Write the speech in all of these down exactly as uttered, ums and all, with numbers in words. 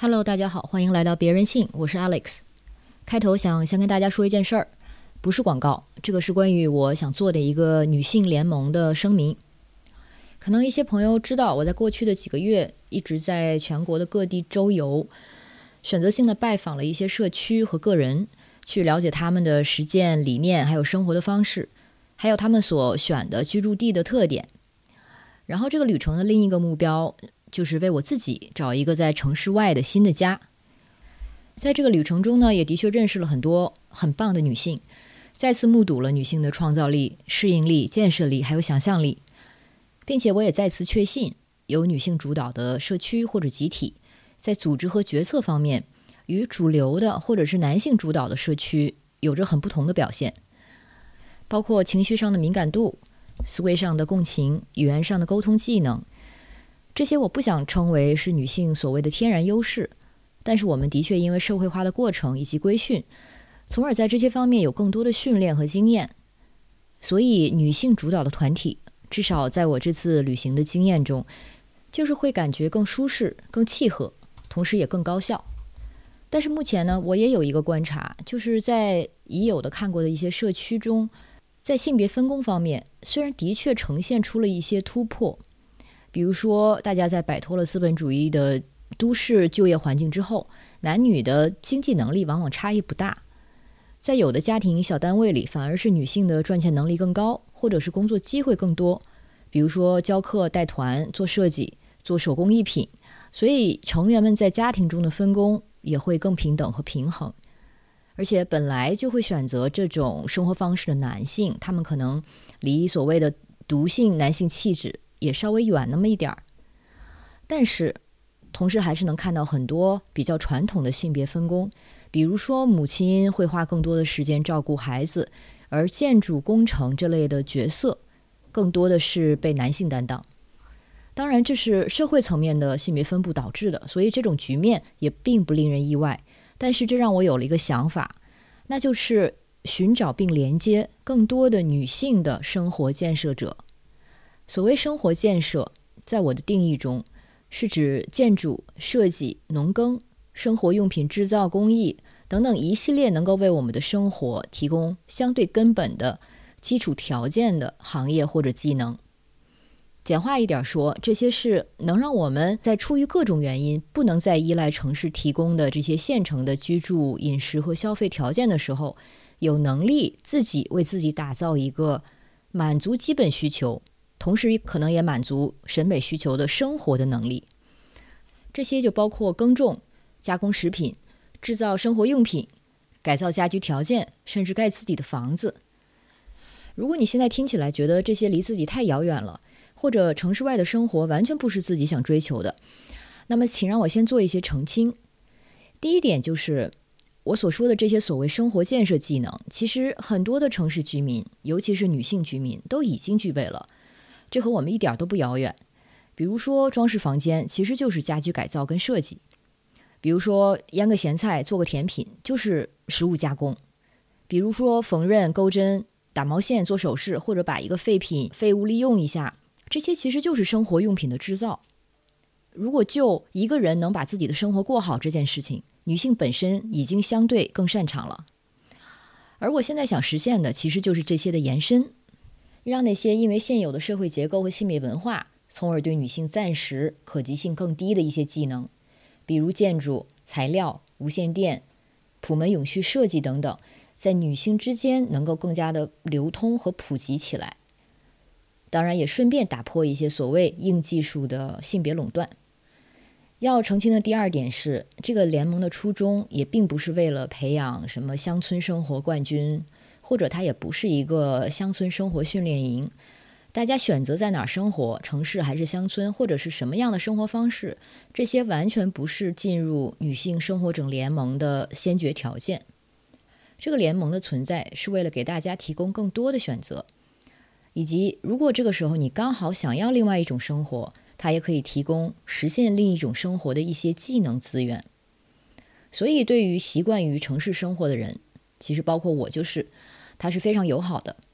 Hello， 大家好，欢迎来到别人信，我是 Alex。开头想先跟大家说一件事儿，不是广告，这个是关于我想做的一个女性联盟的声明。可能一些朋友知道，我在过去的几个月一直在全国的各地周游，选择性的拜访了一些社区和个人，去了解他们的实践理念，还有生活的方式，还有他们所选的居住地的特点。然后这个旅程的另一个目标就是为我自己找一个在城市外的新的家。在这个旅程中呢，也的确认识了很多很棒的女性，再次目睹了女性的创造力、适应力、建设力还有想象力，并且我也再次确信，由女性主导的社区或者集体，在组织和决策方面，与主流的或者是男性主导的社区有着很不同的表现，包括情绪上的敏感度、思维上的共情、语言上的沟通技能。这些我不想称为是女性所谓的天然优势，但是我们的确因为社会化的过程以及规训，从而在这些方面有更多的训练和经验。所以女性主导的团体，至少在我这次旅行的经验中，就是会感觉更舒适、更契合，同时也更高效。但是目前呢，我也有一个观察，就是在已有的看过的一些社区中，在性别分工方面，虽然的确呈现出了一些突破，比如说大家在摆脱了资本主义的都市就业环境之后，男女的经济能力往往差异不大。在有的家庭小单位里，反而是女性的赚钱能力更高，或者是工作机会更多，比如说教课、带团、做设计、做手工艺品，所以成员们在家庭中的分工也会更平等和平衡。而且本来就会选择这种生活方式的男性，他们可能离所谓的毒性男性气质也稍微远那么一点儿。但是同时还是能看到很多比较传统的性别分工，比如说母亲会花更多的时间照顾孩子，而建筑工程这类的角色更多的是被男性担当。当然这是社会层面的性别分布导致的，所以这种局面也并不令人意外。但是这让我有了一个想法，那就是寻找并连接更多的女性的生活建设者。所谓生活建设，在我的定义中，是指建筑、设计、农耕、生活用品制造工艺等等一系列能够为我们的生活提供相对根本的基础条件的行业或者技能。简化一点说，这些是能让我们在出于各种原因不能再依赖城市提供的这些现成的居住、饮食和消费条件的时候，有能力自己为自己打造一个满足基本需求，同时可能也满足审美需求的生活的能力。这些就包括耕种、加工食品、制造生活用品、改造家居条件，甚至盖自己的房子。如果你现在听起来觉得这些离自己太遥远了，或者城市外的生活完全不是自己想追求的，那么请让我先做一些澄清。第一点就是，我所说的这些所谓生活建设技能，其实很多的城市居民，尤其是女性居民都已经具备了，这和我们一点都不遥远。比如说装饰房间其实就是家居改造跟设计，比如说腌个咸菜做个甜品就是食物加工，比如说缝纫钩针打毛线做首饰，或者把一个废品废物利用一下，这些其实就是生活用品的制造。如果就一个人能把自己的生活过好这件事情，女性本身已经相对更擅长了。而我现在想实现的其实就是这些的延伸，让那些因为现有的社会结构和性别文化从而对女性暂时可及性更低的一些技能，比如建筑、材料、无线电、普门永续设计等等，在女性之间能够更加的流通和普及起来。当然也顺便打破一些所谓硬技术的性别垄断。要澄清的第二点是，这个联盟的初衷也并不是为了培养什么乡村生活冠军，或者它也不是一个乡村生活训练营。大家选择在哪儿生活，城市还是乡村，或者是什么样的生活方式，这些完全不是进入女性生活者联盟的先决条件。这个联盟的存在是为了给大家提供更多的选择，以及如果这个时候你刚好想要另外一种生活，它也可以提供实现另一种生活的一些技能资源。所以对于习惯于城市生活的人，其实包括我就是，它是非常友好的。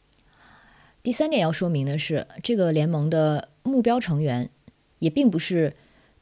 第三点要说明的是，这个联盟的目标成员也并不是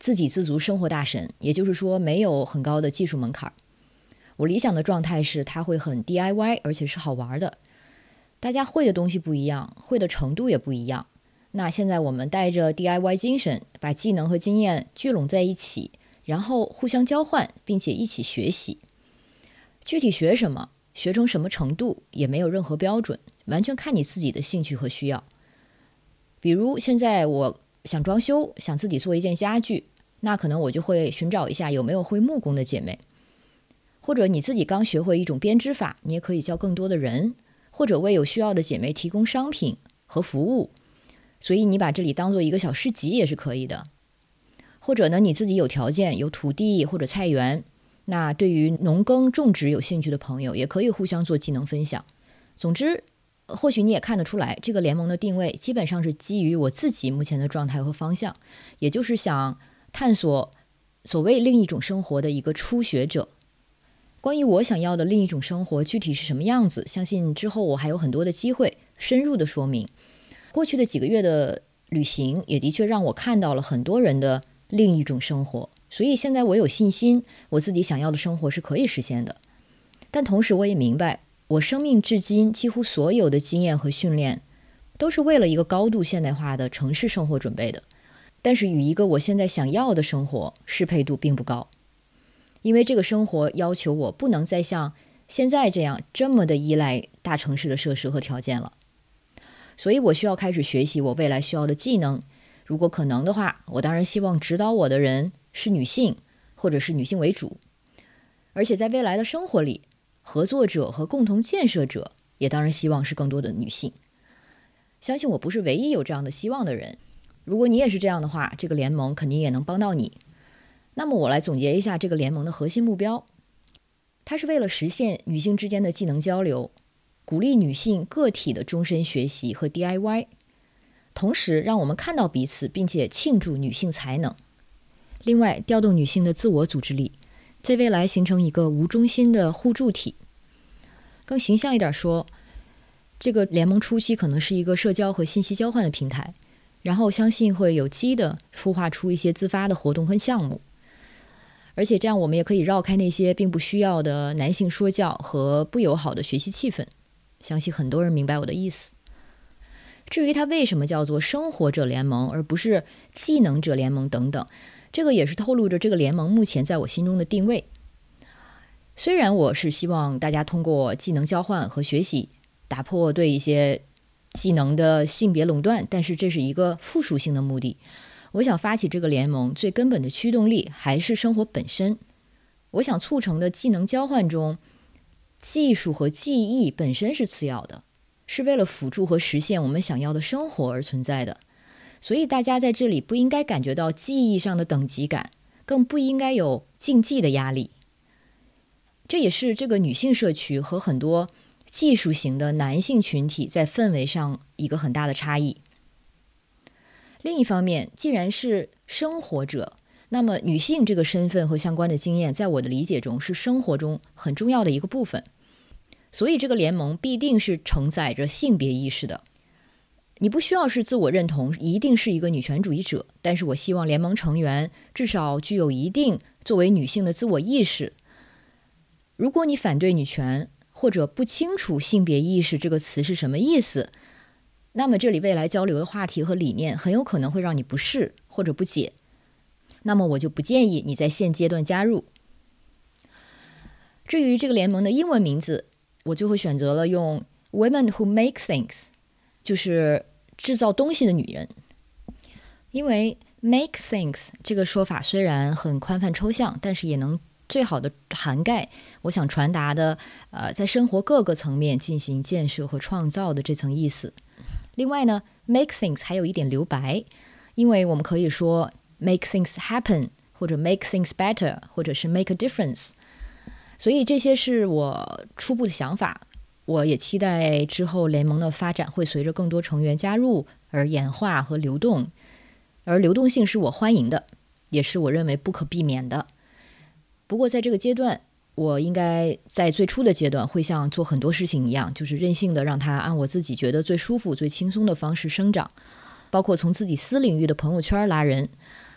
自给自足生活大神，也就是说没有很高的技术门槛。我理想的状态是它会很 D I Y， 而且是好玩的。大家会的东西不一样，会的程度也不一样。那现在我们带着 D I Y 精神，把技能和经验聚拢在一起，然后互相交换，并且一起学习。具体学什么，学成什么程度，也没有任何标准，完全看你自己的兴趣和需要。比如现在我想装修，想自己做一件家具，那可能我就会寻找一下有没有会木工的姐妹。或者你自己刚学会一种编织法，你也可以教更多的人，或者为有需要的姐妹提供商品和服务，所以你把这里当做一个小市集也是可以的。或者呢，你自己有条件，有土地或者菜园，那对于农耕种植有兴趣的朋友，也可以互相做技能分享。总之，或许你也看得出来，这个联盟的定位基本上是基于我自己目前的状态和方向，也就是想探索所谓另一种生活的一个初学者。关于我想要的另一种生活具体是什么样子，相信之后我还有很多的机会深入的说明。过去的几个月的旅行也的确让我看到了很多人的另一种生活，所以现在我有信心我自己想要的生活是可以实现的。但同时我也明白，我生命至今几乎所有的经验和训练都是为了一个高度现代化的城市生活准备的，但是与一个我现在想要的生活适配度并不高。因为这个生活要求我不能再像现在这样这么的依赖大城市的设施和条件了，所以我需要开始学习我未来需要的技能。如果可能的话，我当然希望指导我的人是女性，或者是女性为主。而且在未来的生活里，合作者和共同建设者也当然希望是更多的女性。相信我不是唯一有这样的希望的人，如果你也是这样的话，这个联盟肯定也能帮到你。那么我来总结一下这个联盟的核心目标，它是为了实现女性之间的技能交流，鼓励女性个体的终身学习和 D I Y， 同时让我们看到彼此，并且庆祝女性才能。另外，调动女性的自我组织力，在未来形成一个无中心的互助体。更形象一点说，这个联盟初期可能是一个社交和信息交换的平台，然后相信会有机的孵化出一些自发的活动和项目。而且这样我们也可以绕开那些并不需要的男性说教和不友好的学习气氛，相信很多人明白我的意思。至于它为什么叫做生活者联盟而不是技能者联盟等等，这个也是透露着这个联盟目前在我心中的定位。虽然我是希望大家通过技能交换和学习打破对一些技能的性别垄断，但是这是一个附属性的目的。我想发起这个联盟最根本的驱动力还是生活本身。我想促成的技能交换中，技术和技艺本身是次要的，是为了辅助和实现我们想要的生活而存在的。所以大家在这里不应该感觉到技艺上的等级感，更不应该有竞技的压力。这也是这个女性社区和很多技术型的男性群体在氛围上一个很大的差异。另一方面，既然是生活者，那么女性这个身份和相关的经验在我的理解中是生活中很重要的一个部分。所以这个联盟必定是承载着性别意识的。你不需要是自我认同一定是一个女权主义者，但是我希望联盟成员至少具有一定作为女性的自我意识。如果你反对女权，或者不清楚性别意识这个词是什么意思，那么这里未来交流的话题和理念很有可能会让你不适或者不解，那么我就不建议你在现阶段加入。至于这个联盟的英文名字，我就会选择了用 Women who make things， 就是制造东西的女人。因为 make things 这个说法虽然很宽泛抽象，但是也能最好的涵盖我想传达的呃，在生活各个层面进行建设和创造的这层意思。另外呢 make things 还有一点留白，因为我们可以说 make things happen， 或者 make things better， 或者是 make a difference。 所以这些是我初步的想法，我也期待之后联盟的发展会随着更多成员加入而演化和流动，而流动性是我欢迎的，也是我认为不可避免的。不过在这个阶段，我应该在最初的阶段会像做很多事情一样，就是任性的让它按我自己觉得最舒服最轻松的方式生长，包括从自己私领域的朋友圈拉人，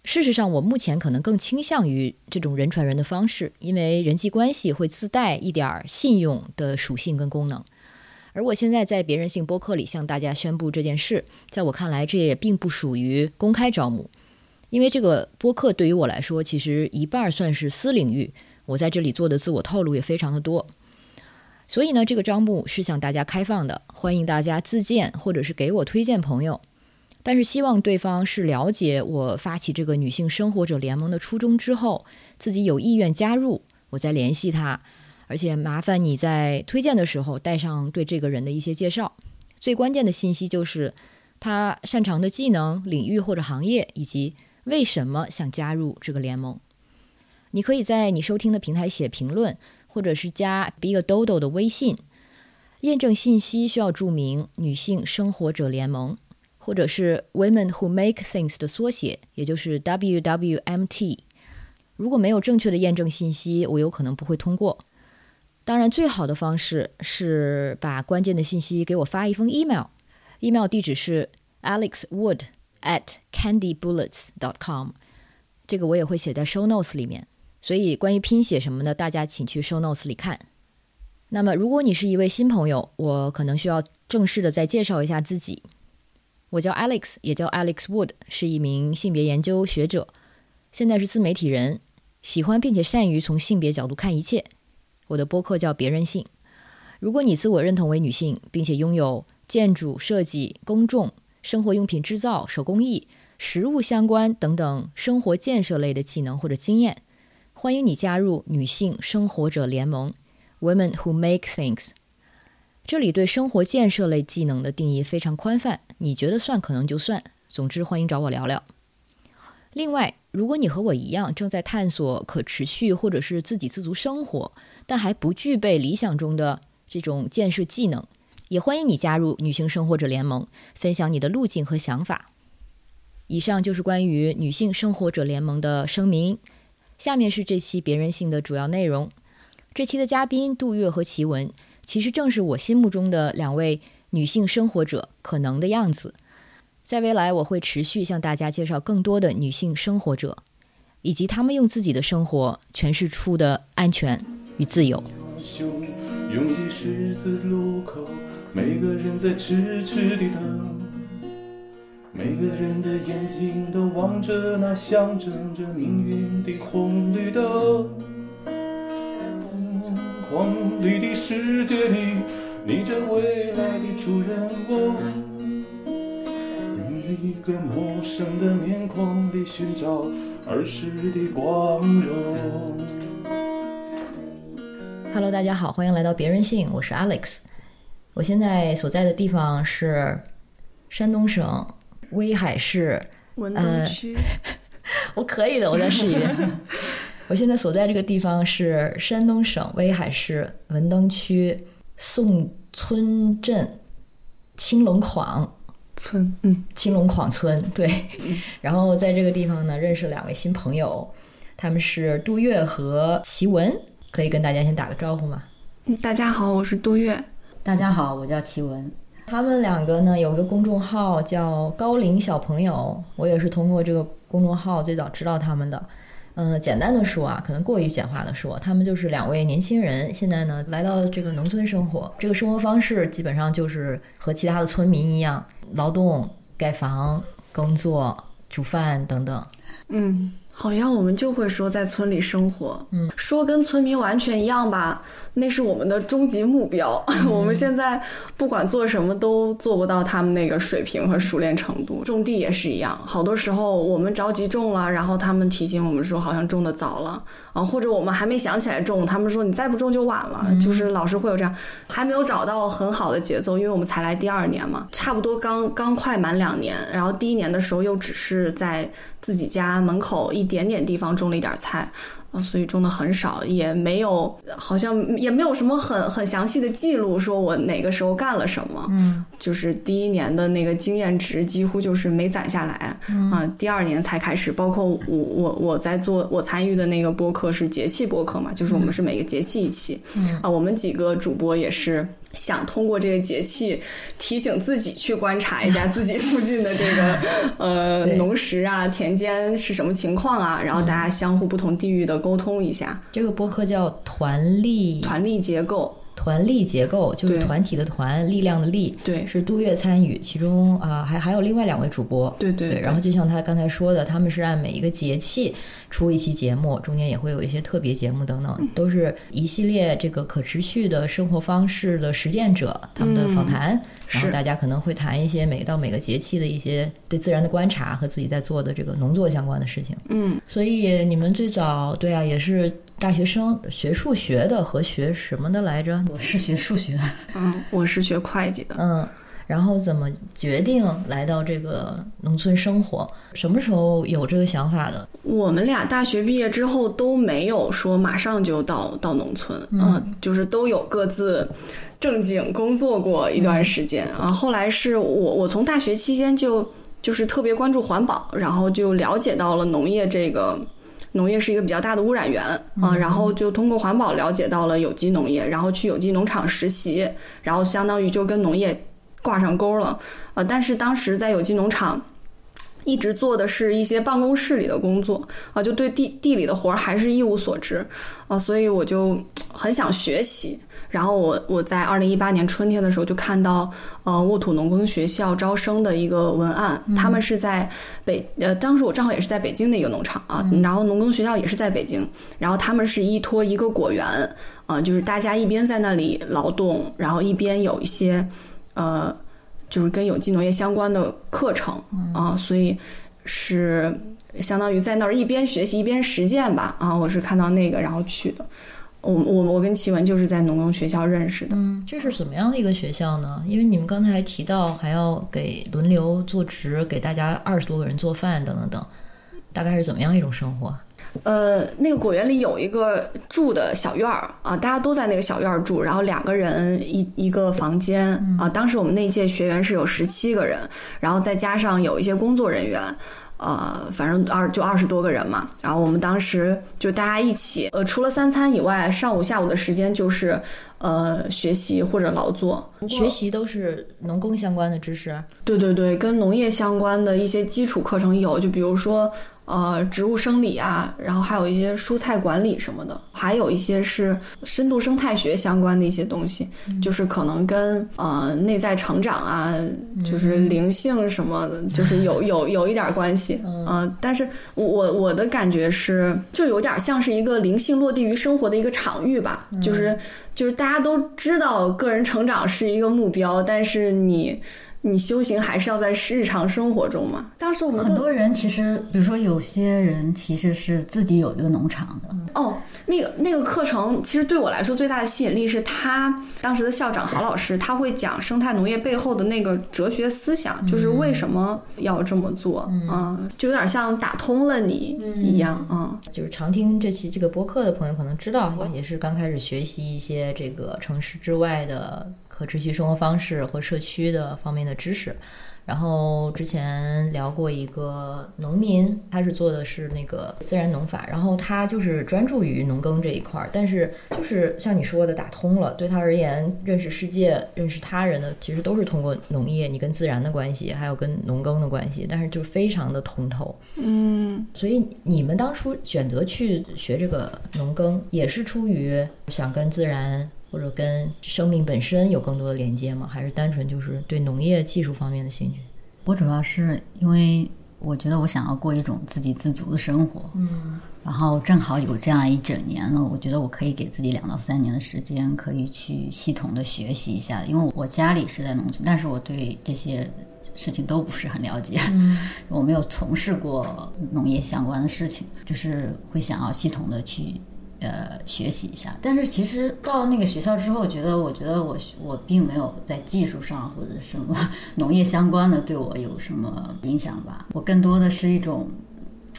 事实上我目前可能更倾向于这种人传人的方式，因为人际关系会自带一点信用的属性跟功能。而我现在在别人性播客里向大家宣布这件事，在我看来这也并不属于公开招募，因为这个播客对于我来说其实一半算是私领域，我在这里做的自我透露也非常的多。所以呢，这个招募是向大家开放的，欢迎大家自荐或者是给我推荐朋友，但是希望对方是了解我发起这个女性生活者联盟的初衷之后，自己有意愿加入，我再联系他。而且麻烦你在推荐的时候带上对这个人的一些介绍，最关键的信息就是他擅长的技能、领域或者行业，以及为什么想加入这个联盟。你可以在你收听的平台写评论，或者是加 Be a Dodo 的微信，验证信息需要注明女性生活者联盟，或者是 Women Who Make Things 的缩写，也就是 W W M T。 如果没有正确的验证信息，我有可能不会通过。当然最好的方式是把关键的信息给我发一封 email， email 地址是 alexwood at candybullets dot com， 这个我也会写在 show notes 里面，所以关于拼写什么的大家请去 show notes 里看。那么如果你是一位新朋友，我可能需要正式的再介绍一下自己。我叫 Alex， 也叫 Alex Wood， 是一名性别研究学者，现在是自媒体人，喜欢并且善于从性别角度看一切。我的播客叫别人性。如果你自我认同为女性，并且拥有建筑设计、公众、生活用品制造、手工艺、食物相关等等生活建设类的技能或者经验，欢迎你加入女性生活者联盟 Women Who Make Things。 这里对生活建设类技能的定义非常宽泛，你觉得算可能就算，总之欢迎找我聊聊。另外，如果你和我一样正在探索可持续或者是自给自足生活，但还不具备理想中的这种建设技能，也欢迎你加入女性生活者联盟，分享你的路径和想法。以上就是关于女性生活者联盟的声明，下面是这期别人性的主要内容。这期的嘉宾杜月和奇文，其实正是我心目中的两位女性生活者可能的样子。在未来我会持续向大家介绍更多的女性生活者，以及她们用自己的生活诠释出的安全与自由。 拥挤十字路口，每个人在痴痴地等，每个人的眼睛都望着那象征着命运的红绿灯。黄绿的世界里，你这未来的主人翁，一个陌生的面孔里寻找儿时的光荣。 Hello， 大家好，欢迎来到别人性，我是 Alex。 我现在所在的地方是山东省威海市文东区、呃、 我可以的，我再试一遍我现在所在这个地方是山东省威海市文登区宋村镇青龙坊村，嗯， 青龙坊村，对、嗯。然后在这个地方呢，认识两位新朋友，他们是杜月和奇文，可以跟大家先打个招呼吗？ 嗯，大家好，我是杜月。 大家好，我叫奇文。 他们两个呢，有个公众号叫高龄小朋友，我也是通过这个公众号最早知道他们的。嗯，简单的说啊，可能过于简化的说，他们就是两位年轻人，现在呢来到这个农村生活，这个生活方式基本上就是和其他的村民一样，劳动、盖房、工作、煮饭等等。 嗯，好像我们就会说在村里生活，嗯，说跟村民完全一样吧，那是我们的终极目标、嗯、我们现在不管做什么都做不到他们那个水平和熟练程度。种地也是一样，好多时候我们着急种了，然后他们提醒我们说好像种的早了啊，或者我们还没想起来种，他们说你再不种就晚了、嗯、就是老是会有这样，还没有找到很好的节奏，因为我们才来第二年嘛，差不多刚刚快满两年，然后第一年的时候又只是在自己家门口一点点地方种了一点菜， 啊，所以种的很少，也没有好像也没有什么很很详细的记录，说我哪个时候干了什么。 嗯， 就是第一年的那个经验值几乎就是没攒下来。嗯啊，第二年才开始，包括我我我在做我参与的那个播客是节气播客嘛，就是我们是每个节气一期。嗯啊，我们几个主播也是想通过这个节气提醒自己去观察一下自己附近的这个呃农时啊田间是什么情况啊，然后大家相互不同地域的沟通一下。 这个播客叫团力团力结构。 团力结构就是团体的团，力量的力， 对， 是杜月参与，其中啊、呃、还还有另外两位主播， 对 对, 对。 然后就像他刚才说的，他们是按每一个节气出一期节目，中间也会有一些特别节目等等，都是一系列这个可持续的生活方式的实践者他们的访谈、嗯，然后大家可能会谈一些每到每个节气的一些对自然的观察和自己在做的这个农作相关的事情。 嗯， 所以你们最早对啊也是大学生，学数学的和学什么的来着？ 我是学数学， 嗯，我是学会计的， 嗯。然后怎么决定来到这个农村生活？什么时候有这个想法的？ 我们俩大学毕业之后都没有说马上就到到农村，嗯、呃，就是都有各自正经工作过一段时间啊、嗯。后来是我我从大学期间就就是特别关注环保，然后就了解到了农业这个。农业是一个比较大的污染源啊、呃，然后就通过环保了解到了有机农业，然后去有机农场实习，然后相当于就跟农业挂上钩了啊、呃。但是当时在有机农场一直做的是一些办公室里的工作啊、呃，就对地地里的活还是一无所知啊、呃，所以我就很想学习。然后我我在二零一八年春天的时候就看到呃沃土农耕学校招生的一个文案，嗯、他们是在北呃当时我正好也是在北京的一个农场啊、嗯，然后农耕学校也是在北京，然后他们是依托一个果园啊、呃，就是大家一边在那里劳动，然后一边有一些呃就是跟有机农业相关的课程啊、呃，所以是相当于在那儿一边学习一边实践吧啊，我是看到那个然后去的。我我我跟奇文就是在农耕学校认识的。 嗯，这是什么样的一个学校呢？因为你们刚才提到还要给轮流做职，给大家二十多个人做饭等等等，大概是怎么样一种生活？ 呃，那个果园里有一个住的小院儿啊，大家都在那个小院儿住，然后两个人一一个房间啊。当时我们那届学员是有十七个人，然后再加上有一些工作人员。呃，反正二就二十多个人嘛，然后我们当时就大家一起，呃，除了三餐以外，上午下午的时间就是呃学习或者劳作。 学习都是农耕相关的知识？ 对对对，跟农业相关的一些基础课程有，就比如说呃植物生理啊，然后还有一些蔬菜管理什么的，还有一些是深度生态学相关的一些东西，嗯、就是可能跟呃内在成长啊，就是灵性什么的，嗯、就是有有有一点关系。嗯、呃，但是我我的感觉是，就有点像是一个灵性落地于生活的一个场域吧，嗯、就是就是大家都知道个人成长是一个目标，但是你。你修行还是要在日常生活中嘛。当时我们很多人其实，比如说有些人其实是自己有一个农场的。 哦，那个那个课程其实对我来说最大的吸引力是他当时的校长郝老师，他会讲生态农业背后的那个哲学思想，就是为什么要这么做，嗯，嗯就有点像打通了你一样，嗯， 嗯就是常听这期这个播客的朋友可能知道，也是刚开始学习一些这个城市之外的可持续生活方式和社区的方面的知识。然后之前聊过一个农民，他是做的是那个自然农法，然后他就是专注于农耕这一块，但是就是像你说的打通了，对他而言认识世界认识他人的其实都是通过农业，你跟自然的关系还有跟农耕的关系，但是就非常的通透。 嗯， 所以你们当初选择去学这个农耕也是出于想跟自然或者跟生命本身有更多的连接吗？还是单纯就是对农业技术方面的兴趣？ 我主要是因为我觉得我想要过一种自给自足的生活， 嗯， 然后正好有这样一整年了，我觉得我可以给自己两到三年的时间，可以去系统的学习一下。因为我家里是在农村，但是我对这些事情都不是很了解， 嗯， 我没有从事过农业相关的事情，就是会想要系统的去呃，学习一下。但是其实到那个学校之后，觉得我觉得我我并没有在技术上或者什么农业相关的对我有什么影响吧。我更多的是一种呃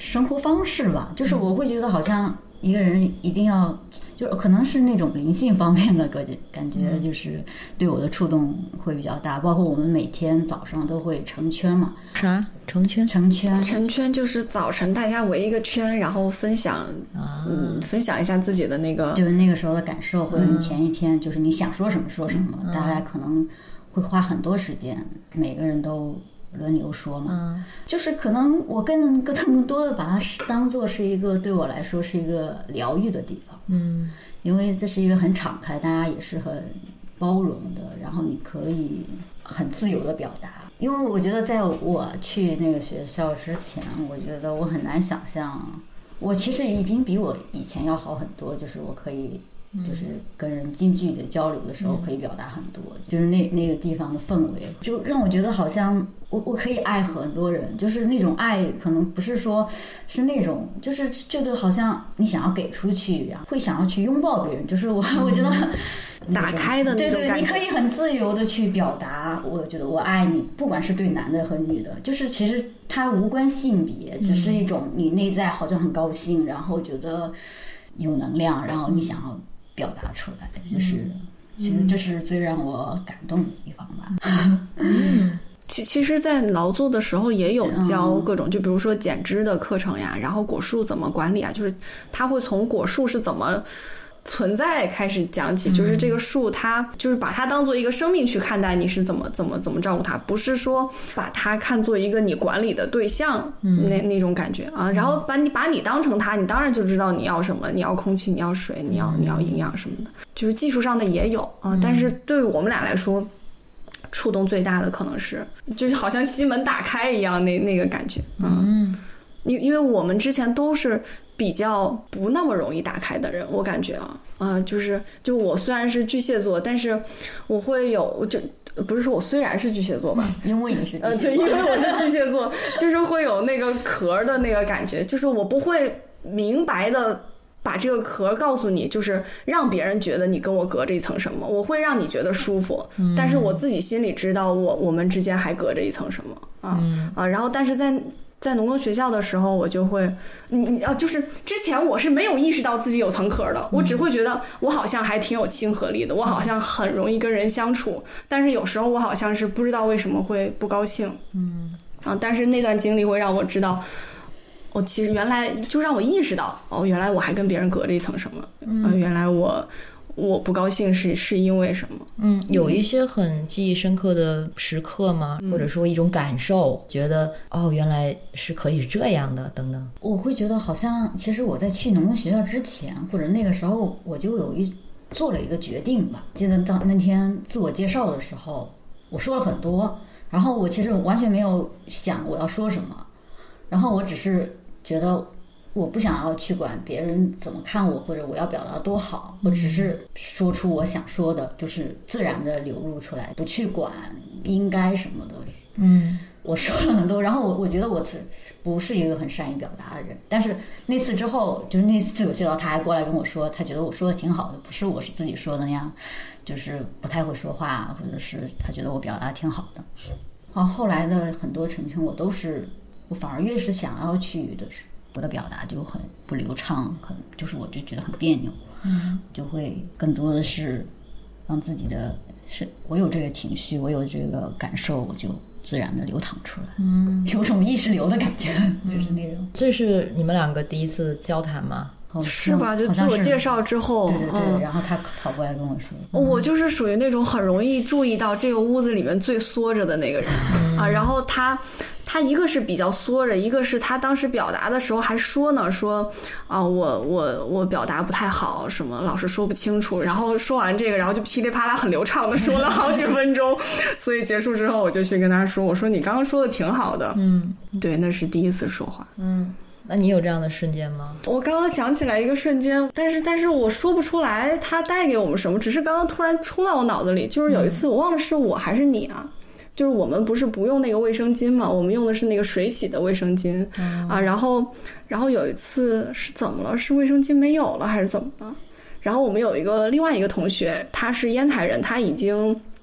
生活方式吧，就是我会觉得好像一个人一定要，就是可能是那种灵性方面的感觉，感觉就是对我的触动会比较大。包括我们每天早上都会成圈嘛。 啥？成圈？ 成圈？ 成圈就是早晨大家围一个圈，然后分享，啊、嗯，分享一下自己的那个， 就是那个时候的感受，或者你前一天就是你想说什么说什么，嗯、大家可能会花很多时间，每个人都轮流说嘛，嗯、就是可能我更更更多的把它当做是一个对我来说是一个疗愈的地方， 嗯， 因为这是一个很敞开，大家也是很包容的，然后你可以很自由的表达。因为我觉得在我去那个学校之前，我觉得我很难想象，我其实已经比我以前要好很多，就是我可以。就是跟人近距离的交流的时候可以表达很多，嗯、就是那那个地方的氛围就让我觉得好像我我可以爱很多人，就是那种爱可能不是说是那种就是觉得好像你想要给出去呀，会想要去拥抱别人，就是我、嗯、我觉得打开的那种感觉， 对对，你可以很自由的去表达，我觉得我爱你，不管是对男的和女的，就是其实它无关性别，只是一种你内在好像很高兴，然后觉得有能量，然后你想要表达出来，就是、嗯、其实这是最让我感动的地方吧。 嗯，其其实在劳作的时候也有教各种、嗯、就比如说减脂的课程呀，然后果树怎么管理啊，就是他会从果树是怎么存在开始讲起，就是这个树它就是把它当做一个生命去看待，你是怎么怎么怎么照顾它，不是说把它看作一个你管理的对象，嗯、那那种感觉啊。然后把你把你当成它，你当然就知道你要什么，你要空气，你要水，你要你要营养什么的，就是技术上的也有啊。但是对于我们俩来说，触动最大的可能是就是好像心门打开一样，那那个感觉，嗯，因因为我们之前都是比较不那么容易打开的人，我感觉啊，啊、呃，就是就我虽然是巨蟹座，但是我会有就不是说我虽然是巨蟹座吧， 因为你是巨蟹座， 呃，对，因为我是巨蟹座，就是会有那个壳的那个感觉，就是我不会明白的把这个壳告诉你，就是让别人觉得你跟我隔着一层什么，我会让你觉得舒服，嗯、但是我自己心里知道我我们之间还隔着一层什么啊、嗯、啊，然后但是在。在农工学校的时候，我就会，嗯啊，就是之前我是没有意识到自己有层壳的，我只会觉得我好像还挺有亲和力的，我好像很容易跟人相处，但是有时候我好像是不知道为什么会不高兴，嗯，啊，但是那段经历会让我知道，我其实原来就让我意识到，哦，原来我还跟别人隔着一层什么，嗯、呃，原来我。我不高兴是是因为什么？ 嗯，有一些很记忆深刻的时刻吗？嗯、或者说一种感受，觉得哦，原来是可以是这样的，等等。 我会觉得好像，其实我在去农工学校之前，或者那个时候，我就有一做了一个决定吧。记得当那天自我介绍的时候，我说了很多，然后我其实完全没有想我要说什么，然后我只是觉得。我不想要去管别人怎么看我，或者我要表达多好，我只是说出我想说的，就是自然的流露出来，不去管应该什么的。嗯，我说了很多，然后我我觉得我不是一个很善于表达的人，但是那次之后，就是那次我知道他还过来跟我说，他觉得我说的挺好的，不是我是自己说的那样，就是不太会说话，或者是他觉得我表达挺好的。然后后来的很多成全我都是，我反而越是想要去的时候。我的表达就很不流畅，很就是我就觉得很别扭，嗯，就会更多的是让自己的是我有这个情绪，我有这个感受，我就自然的流淌出来，嗯，有种意识流的感觉，嗯、就是那种。 这是你们两个第一次交谈吗？ 是吧？就自我介绍之后， 对对对， 嗯、 然后他跑过来跟我说、 嗯，我就是属于那种很容易注意到这个屋子里面最缩着的那个人、嗯、啊，然后他。他一个是比较缩着，一个是他当时表达的时候还说呢，说啊我我我表达不太好，什么老是说不清楚，然后说完这个，然后就噼里啪啦很流畅的说了好几分钟，所以结束之后我就去跟他说，我说你刚刚说的挺好的，嗯，对，那是第一次说话， 嗯。那你有这样的瞬间吗？ 我刚刚想起来一个瞬间，但是但是我说不出来它带给我们什么，只是刚刚突然冲到我脑子里，就是有一次我忘了是我还是你啊，就是我们不是不用那个卫生巾嘛，我们用的是那个水洗的卫生巾、嗯、啊，然后然后有一次是怎么了，是卫生巾没有了还是怎么了，然后我们有一个另外一个同学，他是烟台人，他已经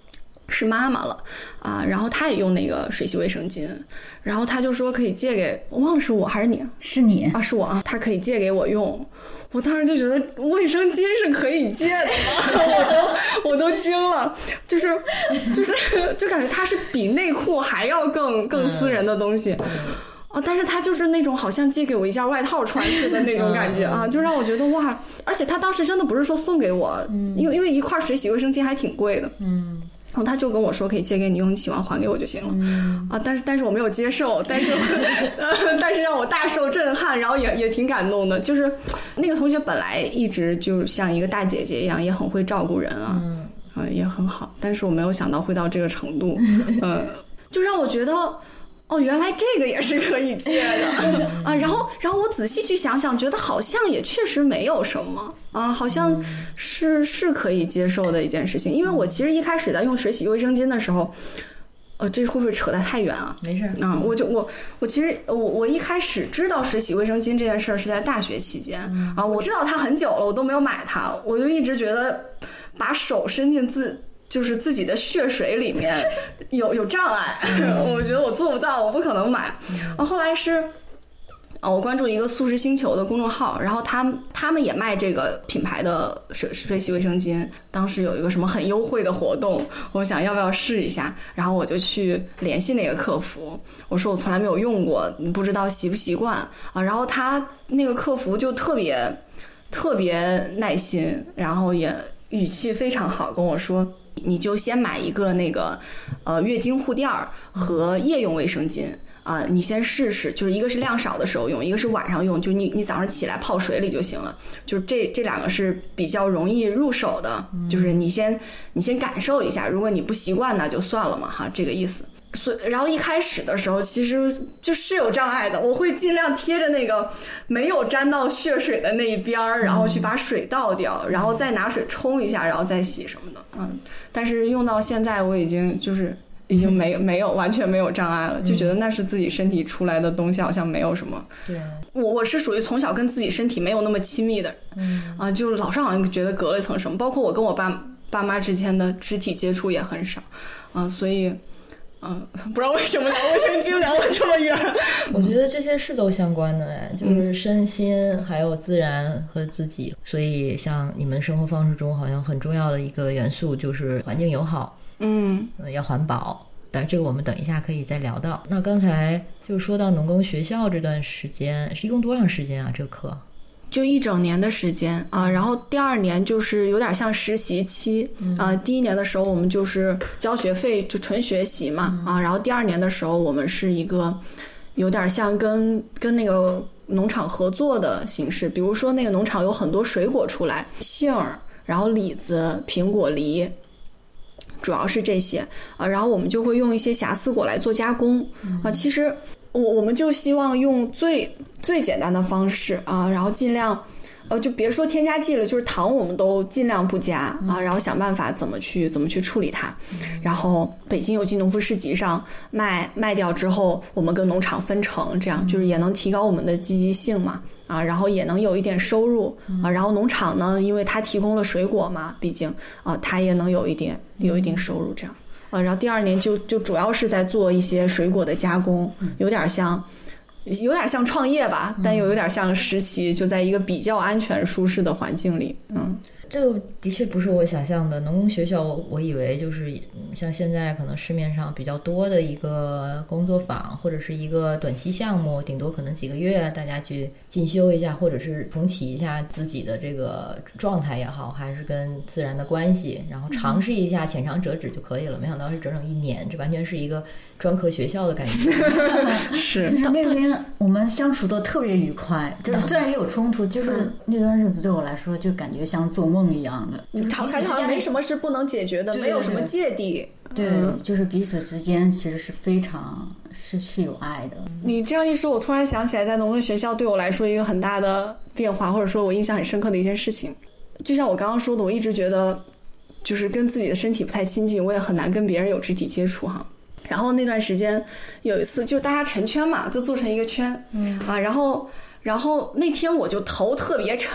是妈妈了啊，然后她也用那个水洗卫生巾，然后她就说可以借给我，忘了是我还是你？ 是你啊，是我啊，她可以借给我用。我当时就觉得卫生巾是可以借的吗？我都我都惊了，就是就是就感觉它是比内裤还要更更私人的东西。啊！但是他就是那种好像借给我一件外套穿似的那种感觉啊，就让我觉得哇！而且他当时真的不是说送给我，嗯、因为因为一块水洗卫生巾还挺贵的，嗯，然后他就跟我说可以借给你用，你洗完还给我就行了，嗯、啊！但是但是我没有接受，但是、呃、但是让我大受震撼，然后也也挺感动的。就是那个同学本来一直就像一个大姐姐一样，也很会照顾人啊，嗯、呃，也很好，但是我没有想到会到这个程度，嗯、呃，就让我觉得。哦，原来这个也是可以借的啊！然后，然后我仔细去想想，觉得好像也确实没有什么啊，好像是是可以接受的一件事情。因为我其实一开始在用水洗卫生巾的时候，呃，这会不会扯得太远啊？ 没事啊，我就我我其实我我一开始知道水洗卫生巾这件事儿是在大学期间、嗯、啊，我知道它很久了，我都没有买它，我就一直觉得把手伸进自。就是自己的血水里面有有障碍，我觉得我做不到，我不可能买。啊，后来是，啊，我关注一个素食星球的公众号，然后他们他们也卖这个品牌的水水洗卫生巾，当时有一个什么很优惠的活动，我想要不要试一下，然后我就去联系那个客服，我说我从来没有用过，不知道习不习惯啊，然后他那个客服就特别特别耐心，然后也语气非常好，跟我说。你就先买一个那个，呃，月经护垫和夜用卫生巾啊、呃，你先试试，就是一个是量少的时候用，一个是晚上用，就你你早上起来泡水里就行了，就这这两个是比较容易入手的，就是你先你先感受一下，如果你不习惯那就算了嘛哈，这个意思。所以，然后一开始的时候其实就是有障碍的，我会尽量贴着那个没有沾到血水的那一边儿，然后去把水倒掉，然后再拿水冲一下，然后再洗什么的。嗯，但是用到现在，我已经就是已经没没有完全没有障碍了，就觉得那是自己身体出来的东西，好像没有什么。对，我我是属于从小跟自己身体没有那么亲密的，嗯啊，就老是好像觉得隔了一层什么，包括我跟我爸爸妈之间的肢体接触也很少，啊，所以。嗯，不知道为什么聊卫生巾聊了这么远。 我觉得这些是都相关的哎，就是身心还有自然和自己，所以像你们生活方式中好像很重要的一个元素就是环境友好，嗯，要环保。但是这个我们等一下可以再聊到。那刚才就说到农工学校这段时间，是一共多长时间啊？这个课？ 就一整年的时间啊，然后第二年就是有点像实习期啊。第一年的时候我们就是交学费就纯学习嘛啊，然后第二年的时候我们是一个有点像跟跟那个农场合作的形式，比如说那个农场有很多水果出来，杏儿，然后李子、苹果、梨，主要是这些啊，然后我们就会用一些瑕疵果来做加工啊。其实我我们就希望用最最简单的方式啊，然后尽量，呃，就别说添加剂了，就是糖我们都尽量不加啊，然后想办法怎么去怎么去处理它。然后北京有机农夫市集上卖卖掉之后，我们跟农场分成，这样就是也能提高我们的积极性嘛啊，然后也能有一点收入啊。然后农场呢，因为它提供了水果嘛，毕竟啊，它也能有一点有一定收入这样。呃，然后第二年就就主要是在做一些水果的加工，有点像，有点像创业吧，但又有点像实习，就在一个比较安全舒适的环境里。嗯， 这个的确不是我想象的。农工学校，我我以为就是像现在可能市面上比较多的一个工作坊，或者是一个短期项目，顶多可能几个月，大家去进修一下，或者是重启一下自己的这个状态也好，还是跟自然的关系，然后尝试一下，浅尝辄止就可以了。没想到是整整一年，这完全是一个专科学校的感觉。 是， 但是那边我们相处的特别愉快，就是虽然也有冲突，就是那段日子对我来说就感觉像做梦一样的，就是好像好像没什么是不能解决的，没有什么芥蒂。 对，嗯、就是彼此之间其实是非常是是有爱的。 你这样一说，我突然想起来，在农耕学校对我来说一个很大的变化，或者说我印象很深刻的一件事情，就像我刚刚说的，我一直觉得就是跟自己的身体不太亲近，我也很难跟别人有肢体接触哈。然后那段时间有一次，就大家成圈嘛，就做成一个圈，嗯啊，然后然后那天我就头特别沉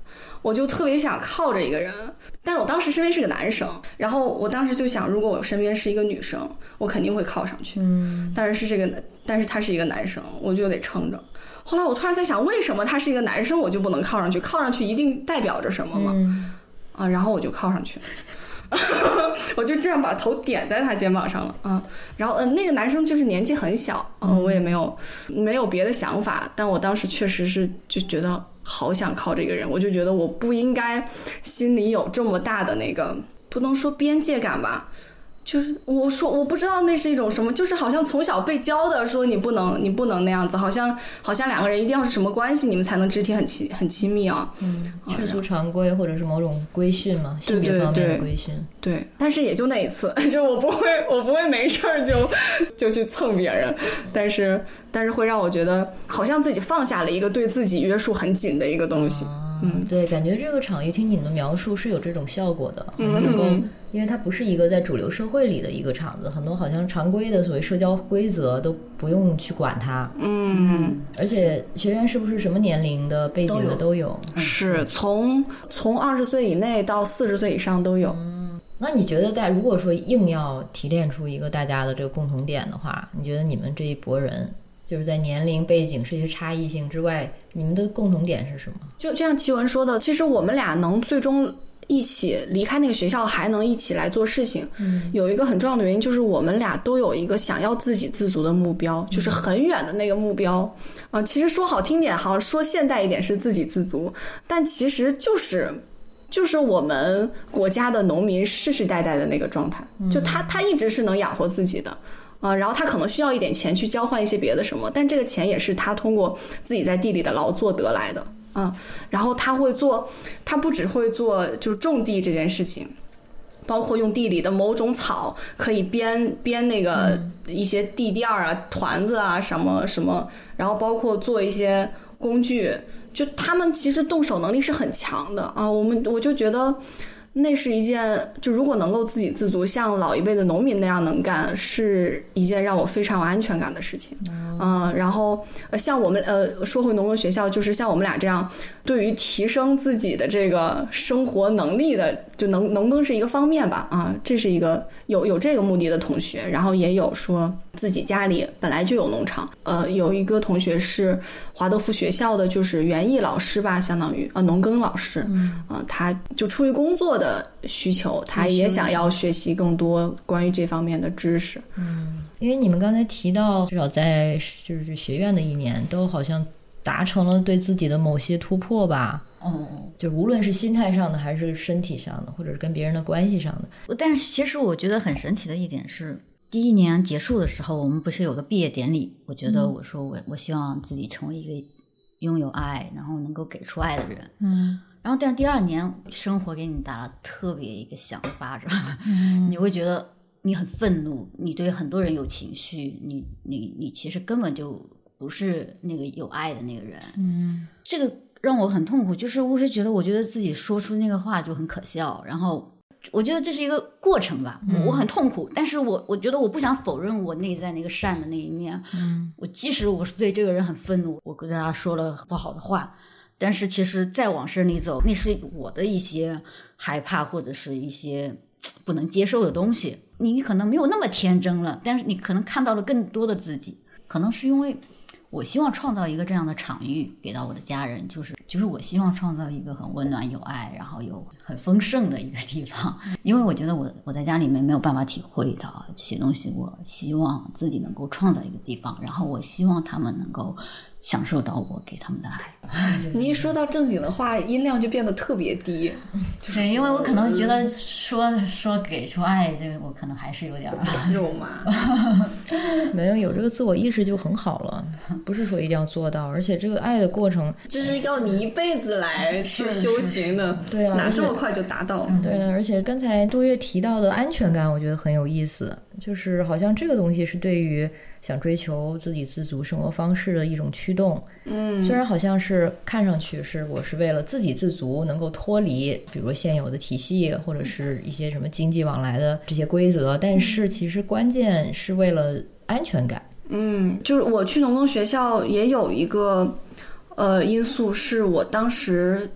我就特别想靠着一个人，但是我当时身边是个男生，然后我当时就想，如果我身边是一个女生，我肯定会靠上去。嗯，但是是这个，但是他是一个男生，我就得撑着。后来我突然在想，为什么他是一个男生，我就不能靠上去？靠上去一定代表着什么吗？嗯、啊，然后我就靠上去了。我就这样把头点在他肩膀上了啊，然后嗯、呃，那个男生就是年纪很小，嗯、呃，我也没有没有别的想法，但我当时确实是就觉得好想靠这个人，我就觉得我不应该心里有这么大的那个，不能说边界感吧，就是我说我不知道那是一种什么，就是好像从小被教的说你不能你不能那样子，好像好像两个人一定要是什么关系你们才能肢体很亲很亲密啊， 嗯，世俗常规或者是某种规训嘛，性别方面的规训。 对，对，但是也就那一次，就我不会我不会没事儿就就去蹭别人，但是但是会让我觉得好像自己放下了一个对自己约束很紧的一个东西。 啊嗯，对，感觉这个场域听你们的描述是有这种效果的，能够，因为它不是一个在主流社会里的一个场子，很多好像常规的所谓社交规则都不用去管它。嗯，而且学员是不是什么年龄的背景的都有？ 是从从二十岁以内到四十岁以上都有。 嗯，那你觉得在如果说硬要提炼出一个大家的这个共同点的话，你觉得你们这一拨人？就是在年龄背景这些差异性之外，你们的共同点是什么？ 就这样奇文说的，其实我们俩能最终一起离开那个学校，还能一起来做事情，嗯，有一个很重要的原因就是我们俩都有一个想要自给自足的目标，就是很远的那个目标啊、呃。其实说好听点，好像说现代一点是自给自足，但其实就是就是我们国家的农民世世代代的那个状态，就他他一直是能养活自己的。啊、呃，然后他可能需要一点钱去交换一些别的什么，但这个钱也是他通过自己在地里的劳作得来的，嗯，然后他会做，他不只会做就是种地这件事情，包括用地里的某种草可以编编那个一些地垫啊、团子啊什么什么，然后包括做一些工具，就他们其实动手能力是很强的啊，我们我就觉得。那是一件，就如果能够自给自足，像老一辈的农民那样能干，是一件让我非常有安全感的事情。嗯，呃、然后像我们呃说回农耕学校，就是像我们俩这样，对于提升自己的这个生活能力的，就能农耕是一个方面吧。啊，这是一个有有这个目的的同学，然后也有说自己家里本来就有农场。呃，有一个同学是华德福学校的，就是园艺老师吧，相当于呃农耕老师。嗯，呃，他就出于工作的需求，他也想要学习更多关于这方面的知识。 嗯，因为你们刚才提到，至少在就是学院的一年，都好像达成了对自己的某些突破吧。哦，就无论是心态上的，还是身体上的，或者是跟别人的关系上的。 但是其实我觉得很神奇的一点是，第一年结束的时候，我们不是有个毕业典礼？我觉得我说我我希望自己成为一个拥有爱，然后能够给出爱的人。嗯。然后但第二年生活给你打了特别一个响的巴掌、嗯、你会觉得你很愤怒，你对很多人有情绪，你你你其实根本就不是那个有爱的那个人。嗯，这个让我很痛苦，就是我会觉得我觉得自己说出那个话就很可笑，然后我觉得这是一个过程吧、嗯、我很痛苦，但是我我觉得我不想否认我内在那个善的那一面。嗯，我即使我是对这个人很愤怒，我跟他说了不好的话，但是其实再往深里走，那是我的一些害怕或者是一些不能接受的东西。你可能没有那么天真了，但是你可能看到了更多的自己。可能是因为我希望创造一个这样的场域给到我的家人，就是就是我希望创造一个很温暖有爱然后有很丰盛的一个地方。因为我觉得我我在家里面没有办法体会到这些东西，我希望自己能够创造一个地方，然后我希望他们能够享受到我给他们的爱。 你一说到正经的话，音量就变得特别低。 就是、对，因为我可能觉得说说给出爱，这个我可能还是有点肉麻。 没有有这个自我意识就很好了，不是说一定要做到，而且这个爱的过程， 这是要你一辈子来去修行的。对啊，哪这么快就达到了？ 对，而且刚才多月提到的安全感，我觉得很有意思，就是好像这个东西是对于想追求自给自足生活方式的一种驱动。嗯，虽然好像是看上去是我是为了自给自足，能够脱离比如说现有的体系或者是一些什么经济往来的这些规则，但是其实关键是为了安全感。 嗯，就是我去农耕学校也有一个呃因素，是我当时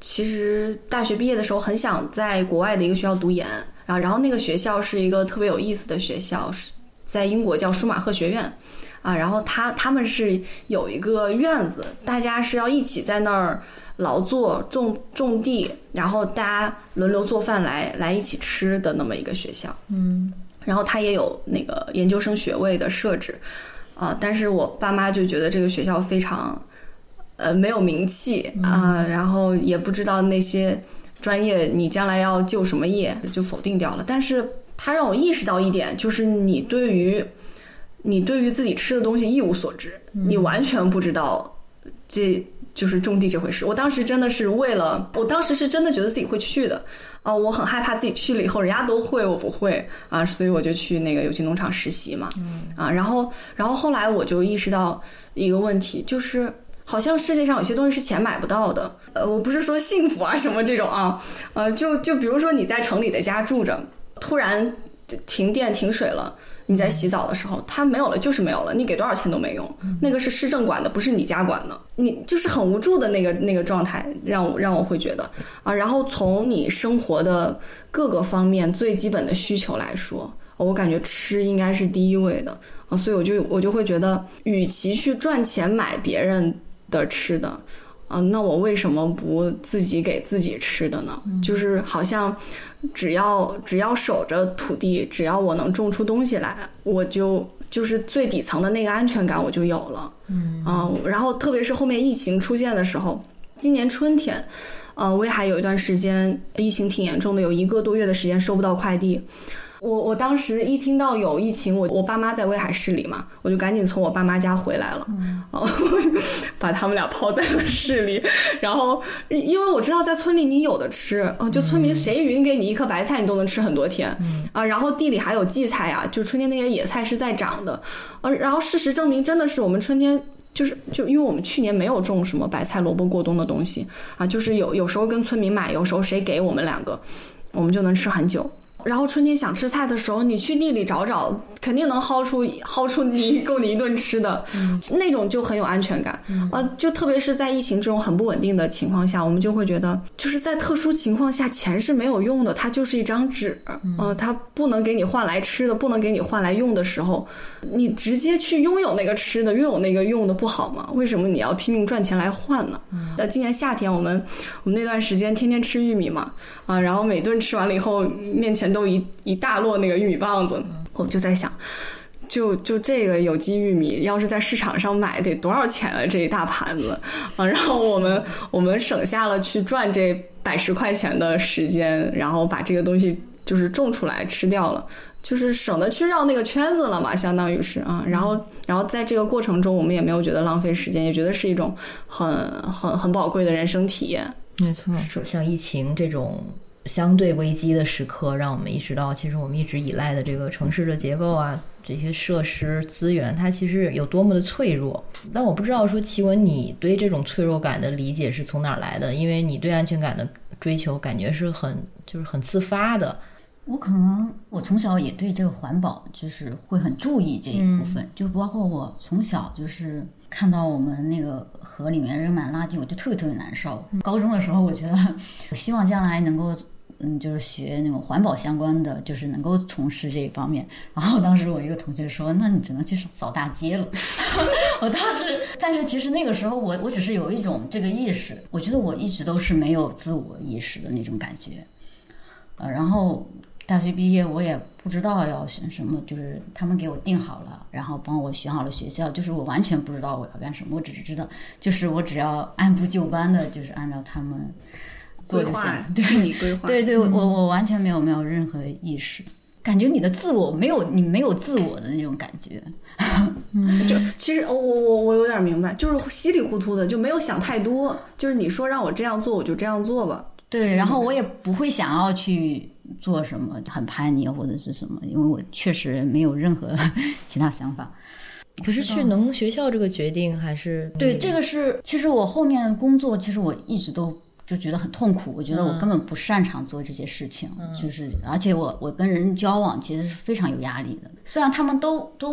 其实大学毕业的时候很想在国外的一个学校读研，然后然后那个学校是一个特别有意思的学校，是在英国叫舒马赫学院啊，然后他他们是有一个院子，大家是要一起在那儿劳作种种地，然后大家轮流做饭来来一起吃的那么一个学校。 嗯， 然后他也有那个研究生学位的设置啊、呃，但是我爸妈就觉得这个学校非常呃没有名气啊、呃，然后也不知道那些专业你将来要就什么业，就否定掉了。但是他让我意识到一点，就是你对于你对于自己吃的东西一无所知，你完全不知道这就是种地这回事。我当时真的是为了，我当时是真的觉得自己会去的啊、呃，我很害怕自己去了以后人家都会我不会啊，所以我就去那个有机农场实习嘛，啊，然后然后后来我就意识到一个问题，就是好像世界上有些东西是钱买不到的。呃，我不是说幸福啊什么这种啊，呃，就就比如说你在城里的家住着，突然停电停水了。你在洗澡的时候它没有了就是没有了，你给多少钱都没用，那个是市政管的，不是你家管的，你就是很无助的那个那个状态，让我让我会觉得啊，然后从你生活的各个方面最基本的需求来说，我感觉吃应该是第一位的啊，所以我就我就会觉得，与其去赚钱买别人的吃的啊，那我为什么不自己给自己吃的呢？就是好像只要只要守着土地，只要我能种出东西来，我就就是最底层的那个安全感我就有了。嗯啊，然后特别是后面疫情出现的时候，今年春天，呃，威海有一段时间疫情挺严重的，有一个多月的时间收不到快递。我我当时一听到有疫情，我我爸妈在威海市里嘛，我就赶紧从我爸妈家回来了，嗯、把他们俩抛在了市里。然后因为我知道在村里你有的吃，呃、就村民谁匀给你一颗白菜，你都能吃很多天、嗯、啊。然后地里还有荠菜啊，就春天那些野菜是在长的，呃，然后事实证明真的是我们春天。就是就因为我们去年没有种什么白菜萝卜过冬的东西啊，就是有有时候跟村民买，有时候谁给我们两个，我们就能吃很久。然后春天想吃菜的时候，你去地里找找，肯定能薅出薅出你够你一顿吃的、嗯、那种就很有安全感、嗯、呃，就特别是在疫情这种很不稳定的情况下，我们就会觉得就是在特殊情况下钱是没有用的，它就是一张纸，嗯、呃，它不能给你换来吃的，不能给你换来用的时候，你直接去拥有那个吃的，拥有那个用的不好吗？为什么你要拼命赚钱来换呢？那、嗯、今年夏天我们我们那段时间天天吃玉米嘛，啊、呃，然后每顿吃完了以后面前都一一大摞那个玉米棒子，我就在想，就就这个有机玉米，要是在市场上买得多少钱啊？这一大盘子啊！然后我们我们省下了去赚这百十块钱的时间，然后把这个东西就是种出来吃掉了，就是省得去绕那个圈子了嘛，相当于是啊。然后然后在这个过程中，我们也没有觉得浪费时间，也觉得是一种很很很宝贵的人生体验。 没错，像疫情这种相对危机的时刻，让我们意识到其实我们一直依赖的这个城市的结构啊，这些设施资源它其实有多么的脆弱。但我不知道说奇文你对这种脆弱感的理解是从哪儿来的，因为你对安全感的追求感觉是很就是很自发的。 我可能我从小也对这个环保就是会很注意这一部分、嗯、就包括我从小就是看到我们那个河里面扔满垃圾，我就特别特别难受、嗯、高中的时候我觉得我希望将来能够嗯，就是学那种环保相关的，就是能够从事这一方面。然后当时我一个同学说：“那你只能去扫大街了。”我当时，但是其实那个时候我我只是有一种这个意识，我觉得我一直都是没有自我意识的那种感觉。呃，然后大学毕业我也不知道要选什么，就是他们给我定好了，然后帮我选好了学校，就是我完全不知道我要干什么，我只是知道，就是我只要按部就班的，就是按照他们。 规划， 对你规划， 对对，我我完全没有没有任何意识，感觉你的自我没有，你没有自我的那种感觉。 嗯，就其实我我我有点明白，就是稀里糊涂的，就没有想太多，就是你说让我这样做，我就这样做吧。 对，然后我也不会想要去做什么很叛逆或者是什么，因为我确实没有任何其他想法。 可是去农学校这个决定还是对这个是，其实我后面工作，其实我一直都。就觉得很痛苦，我觉得我根本不擅长做这些事情，嗯、就是而且我我跟人交往其实是非常有压力的。虽然他们都都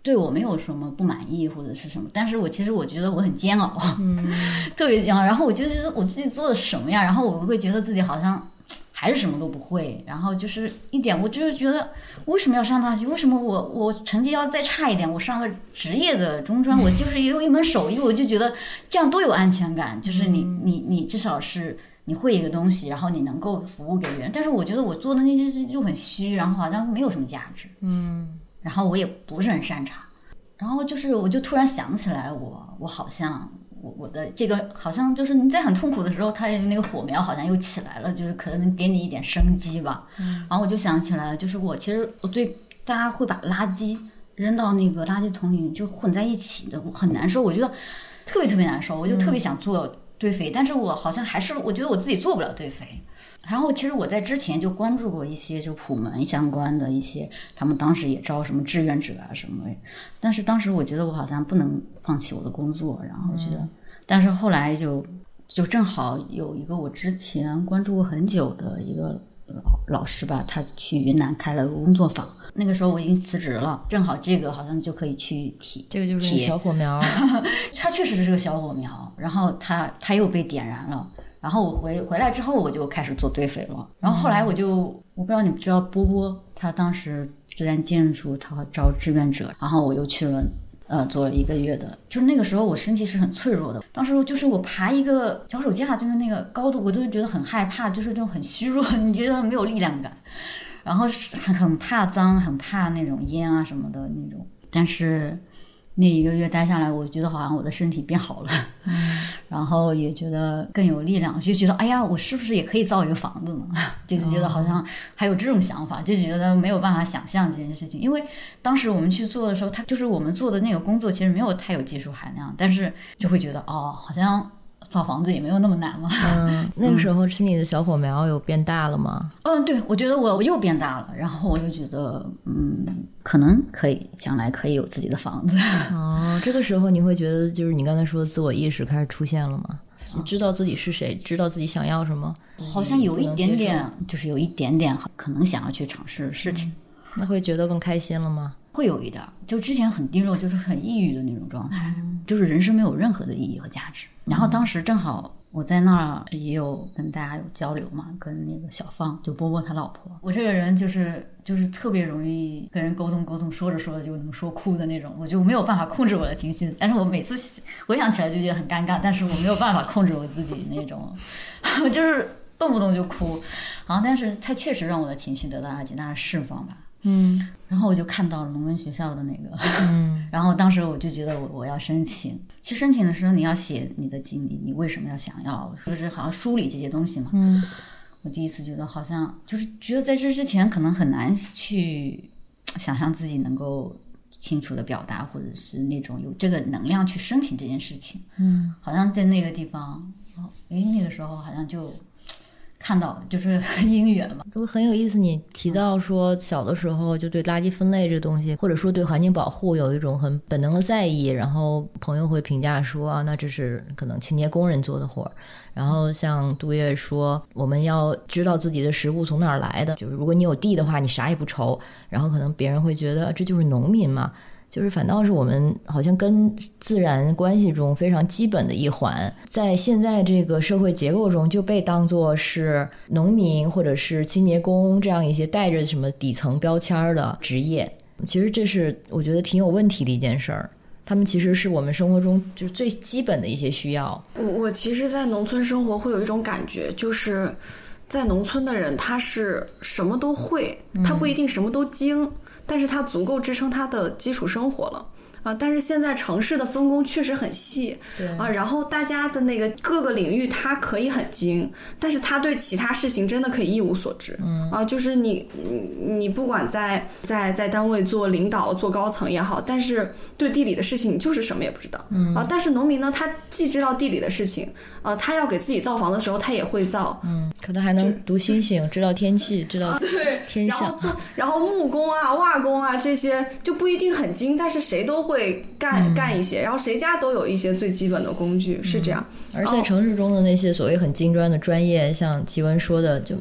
对我没有什么不满意或者是什么，但是我其实我觉得我很煎熬，嗯，特别煎熬。然后我就觉得我自己做的什么呀？然后我会觉得自己好像还是什么都不会，然后就是一点，我就是觉得为什么要上大学？为什么我我成绩要再差一点？我上个职业的中专，我就是有一门手艺，我就觉得这样多有安全感。就是你你你至少是你会一个东西，然后你能够服务给别人。但是我觉得我做的那些事就很虚，然后好像没有什么价值。嗯，然后我也不是很擅长。然后就是我就突然想起来我，我我好像。我我的这个好像就是你在很痛苦的时候，它那个火苗好像又起来了，就是可能给你一点生机吧。嗯，然后我就想起来，就是我其实我对大家会把垃圾扔到那个垃圾桶里就混在一起的，我很难受，我觉得特别特别难受，我就特别想做堆肥，嗯，但是我好像还是我觉得我自己做不了堆肥。然后其实我在之前就关注过一些就普门相关的一些，他们当时也招什么志愿者啊什么的，但是当时我觉得我好像不能放弃我的工作，然后觉得，嗯，但是后来就就正好有一个我之前关注过很久的一个老老师吧，他去云南开了个工作坊，那个时候我已经辞职了，正好这个好像就可以去体这个就是小火苗他确实是个小火苗，然后他他又被点燃了。然后我回回来之后，我就开始做堆肥了。然后后来我就，我不知道你们知道波波，他当时自然建筑他招志愿者，然后我又去了，呃，做了一个月的。就是那个时候我身体是很脆弱的，当时就是我爬一个脚手架，就是那个高度，我都觉得很害怕，就是这种很虚弱，你觉得没有力量感，然后很很怕脏，很怕那种烟啊什么的那种。但是那一个月待下来，我觉得好像我的身体变好了，嗯，然后也觉得更有力量，就觉得哎呀，我是不是也可以造一个房子呢？就是觉得好像还有这种想法，就觉得没有办法想象这件事情。因为当时我们去做的时候，他就是我们做的那个工作其实没有太有技术含量，但是就会觉得哦，好像造房子也没有那么难嘛。 嗯，那个时候是你的小火苗有变大了吗？ 嗯，对，我觉得我我又变大了，然后我又觉得嗯，可能可以将来可以有自己的房子。 哦，这个时候你会觉得就是你刚才说的自我意识开始出现了吗？你知道自己是谁，知道自己想要什么？ 好像有一点点，就是有一点点可能想要去尝试的事情。嗯， 那会觉得更开心了吗？ 会有一点，就之前很低落，就是很抑郁的那种状态，嗯，就是人生没有任何的意义和价值。然后当时正好我在那儿也有跟大家有交流嘛，跟那个小芳，就波波他老婆。我这个人就是就是特别容易跟人沟通沟通，说着说着就能说哭的那种，我就没有办法控制我的情绪。但是我每次回想起来就觉得很尴尬，但是我没有办法控制我自己那种，就是动不动就哭。然后但是它确实让我的情绪得到了极大的释放吧。嗯，然后我就看到了农耕学校的那个，嗯，然后当时我就觉得我我要申请。其实申请的时候你要写你的经历，你为什么要想要，就是好像梳理这些东西嘛。嗯，我第一次觉得好像就是觉得在这之前可能很难去想象自己能够清楚的表达，或者是那种有这个能量去申请这件事情。嗯，好像在那个地方，哎，那个时候好像就看到就是姻缘嘛。 这个很有意思，你提到说小的时候就对垃圾分类这东西，或者说对环境保护有一种很本能的在意，然后朋友会评价说啊，那这是可能清洁工人做的活。然后像杜月说，我们要知道自己的食物从哪儿来的，就是如果你有地的话你啥也不愁，然后可能别人会觉得这就是农民嘛，就是反倒是我们好像跟自然关系中非常基本的一环，在现在这个社会结构中就被当作是农民或者是清洁工这样一些带着什么底层标签的职业。其实这是我觉得挺有问题的一件事儿，他们其实是我们生活中就最基本的一些需要。 我我其实在农村生活会有一种感觉，就是在农村的人他是什么都会，他不一定什么都精、嗯但是它足够支撑它的基础生活了啊！但是现在城市的分工确实很细啊，然后大家的那个各个领域它可以很精，但是它对其他事情真的可以一无所知。嗯啊，就是你你你不管在在在单位做领导做高层也好，但是对地理的事情你就是什么也不知道。嗯啊，但是农民呢，他既知道地理的事情啊，他要给自己造房的时候他也会造。嗯， 可能还能读星星，知道天气，知道天象。 啊、对，然后做然后木工啊、瓦工啊这些就不一定很精，但是谁都会干、嗯、干一些，然后谁家都有一些最基本的工具，是这样。 嗯、而在城市中的那些所谓很精专的专业，像吉文说的，就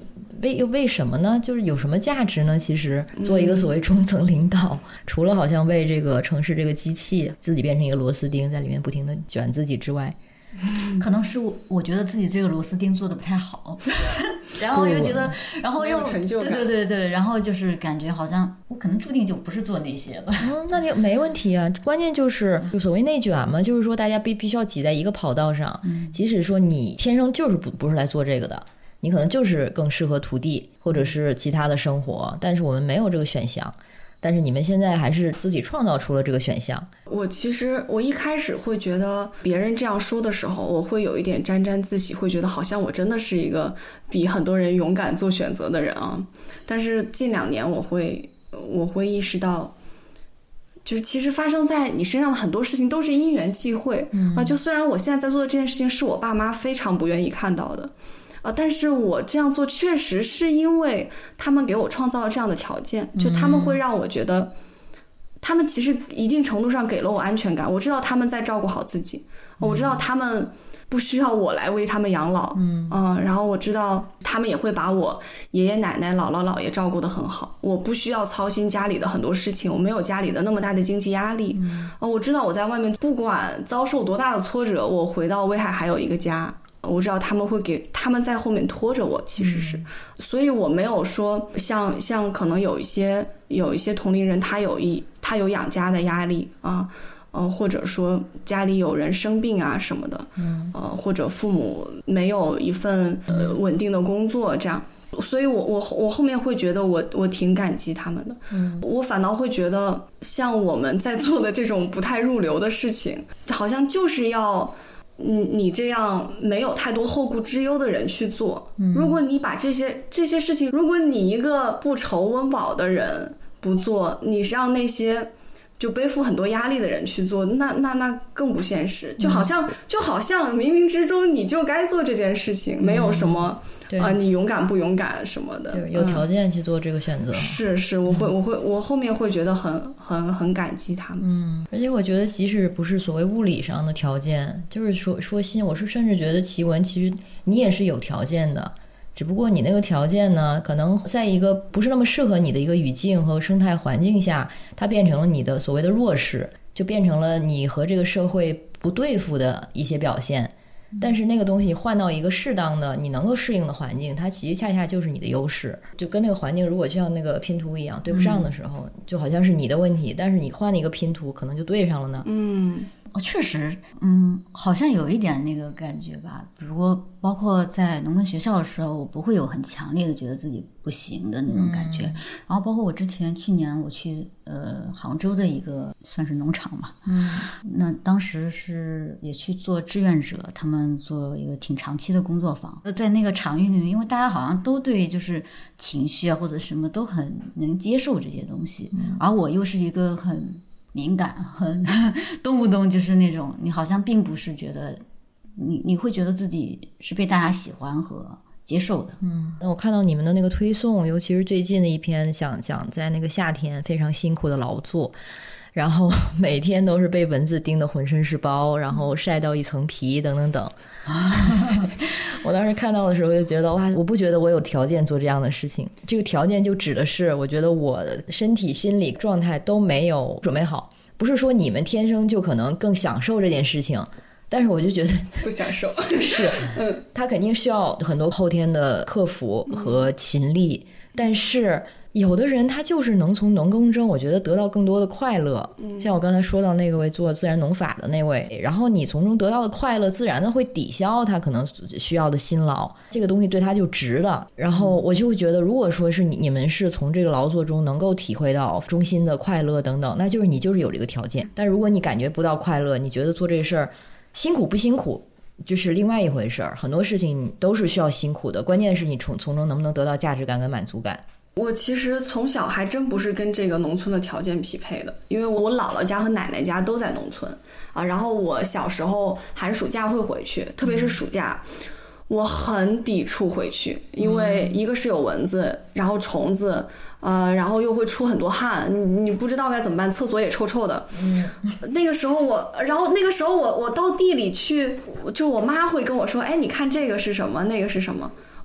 为又为什么呢？就是有什么价值呢？其实做一个所谓中层领导、嗯、除了好像为这个城市这个机器自己变成一个螺丝钉在里面不停的卷自己之外， 可能是我我觉得自己这个螺丝钉做的不太好然后又觉得然后又成就感， 对对对对，然后就是感觉好像我可能注定就不是做那些了嗯，那你没问题啊，关键就是就所谓内卷嘛，就是说大家必必须要挤在一个跑道上、嗯、即使说你天生就是不不是来做这个的，你可能就是更适合土地或者是其他的生活，但是我们没有这个选项，但是你们现在还是自己创造出了这个选项。 我其实我一开始会觉得别人这样说的时候，我会有一点沾沾自喜，会觉得好像我真的是一个比很多人勇敢做选择的人啊。但是近两年我会我会意识到，就是其实发生在你身上的很多事情都是因缘际会、嗯、啊。就虽然我现在在做的这件事情是我爸妈非常不愿意看到的啊，但是我这样做确实是因为他们给我创造了这样的条件，就他们会让我觉得、嗯、他们其实一定程度上给了我安全感，我知道他们在照顾好自己、嗯、我知道他们不需要我来为他们养老，嗯、呃、然后我知道他们也会把我爷爷奶奶姥姥姥爷照顾得很好，我不需要操心家里的很多事情，我没有家里的那么大的经济压力、嗯呃、我知道我在外面不管遭受多大的挫折，我回到威海还有一个家，我知道他们会给他们在后面拖着我，其实是、嗯、所以我没有说像像可能有一些有一些同龄人他有一他有养家的压力啊，呃或者说家里有人生病啊什么的，嗯呃或者父母没有一份呃稳定的工作这样，所以我我我后面会觉得我我挺感激他们的，嗯，我反倒会觉得像我们在做的这种不太入流的事情，好像就是要你你这样没有太多后顾之忧的人去做、嗯、如果你把这些这些事情，如果你一个不愁温饱的人不做，你是让那些就背负很多压力的人去做，那那那更不现实，就好像、嗯、就好像冥冥之中你就该做这件事情、嗯、没有什么啊、呃，你勇敢不勇敢什么的， 对，有条件去做这个选择、嗯、 是是，我会我会我后面会觉得很很很感激他们。 嗯，而且我觉得即使不是所谓物理上的条件，就是说说心，我是甚至觉得奇文其实你也是有条件的，只不过你那个条件呢，可能在一个不是那么适合你的一个语境和生态环境下，它变成了你的所谓的弱势，就变成了你和这个社会不对付的一些表现。但是那个东西换到一个适当的你能够适应的环境，它其实恰恰就是你的优势，就跟那个环境如果就像那个拼图一样对不上的时候、嗯、就好像是你的问题，但是你换了一个拼图可能就对上了呢。 嗯， 哦，确实，嗯，好像有一点那个感觉吧。比如包括在农耕学校的时候，我不会有很强烈的觉得自己不行的那种感觉。嗯、然后包括我之前去年我去呃杭州的一个算是农场嘛，嗯，那当时是也去做志愿者，他们做一个挺长期的工作坊。在那个场域里面，因为大家好像都对就是情绪啊或者什么都很能接受这些东西，嗯、而我又是一个很敏感很动不动就是那种你好像并不是觉得你你会觉得自己是被大家喜欢和接受的。 嗯，那我看到你们的那个推送，尤其是最近的一篇想讲在那个夏天非常辛苦的劳作，然后每天都是被蚊子叮得浑身是包，然后晒到一层皮等等等我当时看到的时候就觉得哇，我不觉得我有条件做这样的事情，这个条件就指的是我觉得我身体心理状态都没有准备好，不是说你们天生就可能更享受这件事情，但是我就觉得不享受是嗯，他肯定需要很多后天的克服和勤力、嗯、但是有的人他就是能从农耕中我觉得得到更多的快乐、嗯、像我刚才说到那位做自然农法的那位，然后你从中得到的快乐自然的会抵消他可能需要的辛劳，这个东西对他就值了。然后我就会觉得如果说是你你们是从这个劳作中能够体会到中心的快乐等等，那就是你就是有这个条件。但如果你感觉不到快乐，你觉得做这个事儿辛苦不辛苦就是另外一回事儿，很多事情都是需要辛苦的，关键是你从从中能不能得到价值感跟满足感。 我其实从小还真不是跟这个农村的条件匹配的，因为我姥姥家和奶奶家都在农村啊。然后我小时候寒暑假会回去，特别是暑假、嗯、我很抵触回去，因为一个是有蚊子，然后虫子呃，然后又会出很多汗，你你不知道该怎么办，厕所也臭臭的。嗯，那个时候我，然后那个时候我我到地里去，就我妈会跟我说，哎，你看这个是什么，那个是什么。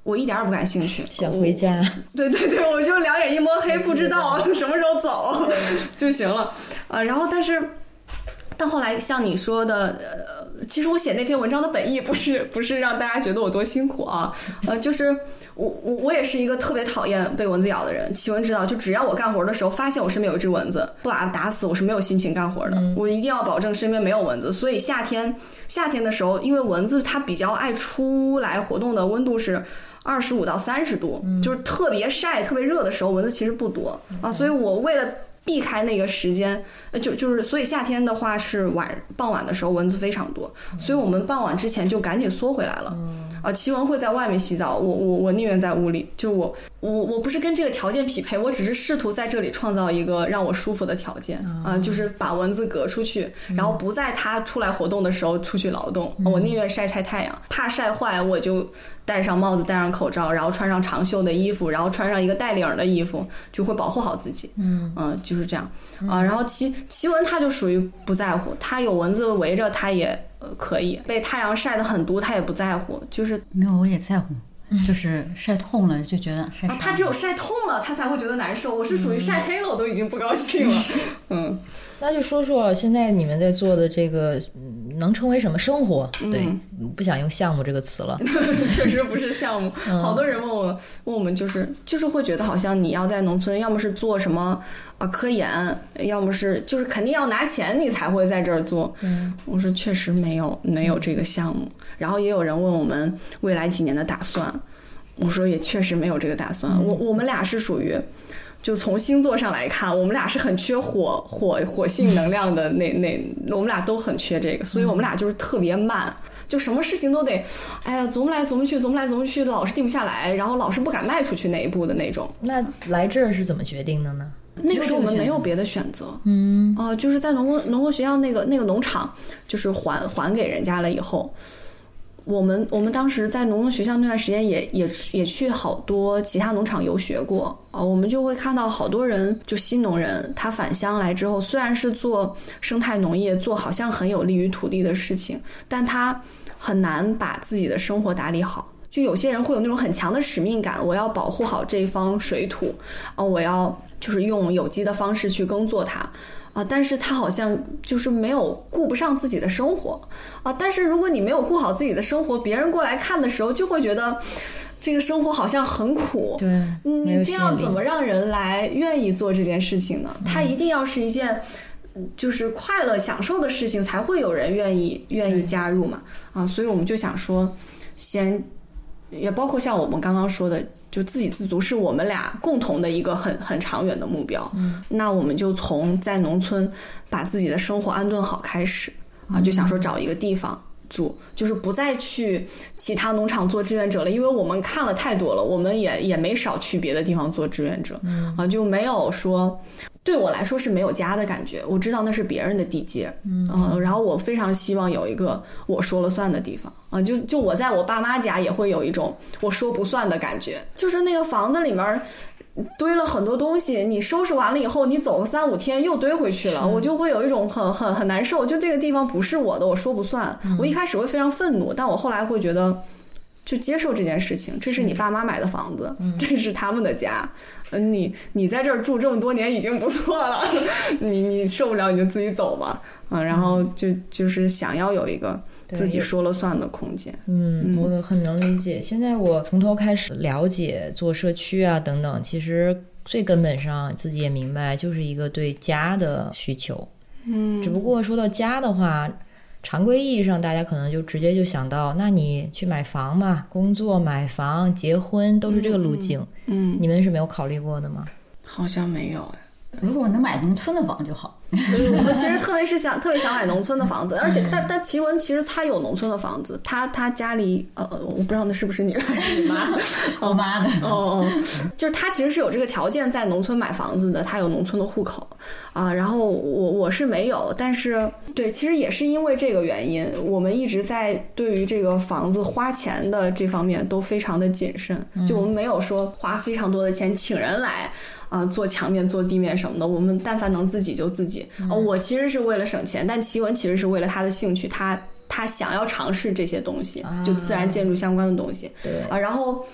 我一点也不感兴趣， 想回家。 对对对，我就两眼一摸黑，不知道什么时候走就行了啊。然后但是，但后来像你说的，呃，其实我写那篇文章的本意不是不是让大家觉得我多辛苦啊，呃，就是我我我也是一个特别讨厌被蚊子咬的人。奇文知道，就只要我干活的时候发现我身边有一只蚊子，不把它打死，我是没有心情干活的。嗯、我一定要保证身边没有蚊子。所以夏天夏天的时候，因为蚊子它比较爱出来活动的温度是二十五到三十度，嗯、就是特别晒、特别热的时候，蚊子其实不多啊。所以我为了避开那个时间，就就是所以夏天的话是晚傍晚的时候蚊子非常多，所以我们傍晚之前就赶紧缩回来了。啊，奇文会在外面洗澡，我我我宁愿在屋里。就我我我不是跟这个条件匹配，我只是试图在这里创造一个让我舒服的条件啊、呃，就是把蚊子隔出去，然后不在它出来活动的时候出去劳动。我宁愿晒晒太阳，怕晒坏我就戴上帽子，戴上口罩，然后穿上长袖的衣服，然后穿上一个带领的衣服，就会保护好自己。嗯嗯、呃，就是这样啊、呃。然后奇奇文他就属于不在乎，他有蚊子围着他也呃可以，被太阳晒得很毒他也不在乎，就是没有我也在乎。就是晒痛了就觉得晒、 啊、他只有晒痛了他才会觉得难受，我是属于晒黑了我都已经不高兴了。嗯， 那就说说现在你们在做的这个能称为什么生活？对、嗯，不想用项目这个词了。 确实不是项目、嗯、好多人问我问我们就是就是会觉得好像你要在农村要么是做什么啊科研，要么是就是肯定要拿钱你才会在这儿做。嗯，我说确实没有没有这个项目。然后也有人问我们未来几年的打算，我说也确实没有这个打算。我我们俩是属于，就从星座上来看，我们俩是很缺火火火性能量的，那那我们俩都很缺这个，所以我们俩就是特别慢，就什么事情都得，哎呀琢磨来琢磨去，琢磨来琢磨去，老是定不下来，然后老是不敢迈出去那一步的那种。 那来这儿是怎么决定的呢？ 那个时候我们没有别的选择，嗯，啊、呃，就是在农工农工学校那个那个农场，就是还还给人家了以后。我们我们当时在农工学校那段时间也也也去好多其他农场游学过啊，我们就会看到好多人就新农人，他返乡来之后，虽然是做生态农业，做好像很有利于土地的事情，但他很难把自己的生活打理好。就有些人会有那种很强的使命感，我要保护好这方水土啊，我要就是用有机的方式去耕作它。啊，但是他好像就是没有顾不上自己的生活啊。但是如果你没有顾好自己的生活，别人过来看的时候就会觉得这个生活好像很苦。 对， 你这样怎么让人来愿意做这件事情呢？它一定要是一件就是快乐享受的事情，才会有人愿意愿意加入嘛。啊，所以我们就想说，先也包括像我们刚刚说的。就自给自足是我们俩共同的一个很很长远的目标。嗯，那我们就从在农村把自己的生活安顿好开始啊，就想说找一个地方住，就是不再去其他农场做志愿者了，因为我们看了太多了，我们也也没少去别的地方做志愿者。嗯，啊，就没有说对我来说是没有家的感觉，我知道那是别人的地界。嗯，呃、然后我非常希望有一个我说了算的地方啊，就就我在我爸妈家也会有一种我说不算的感觉，就是那个房子里面堆了很多东西，你收拾完了以后，你走个三五天又堆回去了，我就会有一种很很很难受，就这个地方不是我的，我说不算。嗯、我一开始会非常愤怒，但我后来会觉得。就接受这件事情，这是你爸妈买的房子，嗯、这是他们的家，嗯，你你在这儿住这么多年已经不错了，你你受不了你就自己走吧，嗯，然后就就是想要有一个自己说了算的空间。 嗯，嗯我很能理解。现在我从头开始了解做社区啊等等，其实最根本上自己也明白，就是一个对家的需求。嗯，只不过说到家的话。常规意义上大家可能就直接就想到那你去买房嘛，工作买房结婚都是这个路径。 嗯, 嗯，你们是没有考虑过的吗？ 好像没有哎。 如果我能买农村的房就好。 我们其实特别是想特别想买农村的房子，而且但但奇文其实他有农村的房子，他他家里呃我不知道那是不是你还是你妈我妈的哦哦，就是他其实是有这个条件在农村买房子的，他有农村的户口啊，然后我我是没有，但是对，其实也是因为这个原因，我们一直在对于这个房子花钱的这方面都非常的谨慎，就我们没有说花非常多的钱请人来啊、呃，做墙面做地面什么的，我们但凡能自己就自己。哦，我其实是为了省钱，但奇文其实是为了他的兴趣，他他想要尝试这些东西，就自然建筑相关的东西。 对啊，然后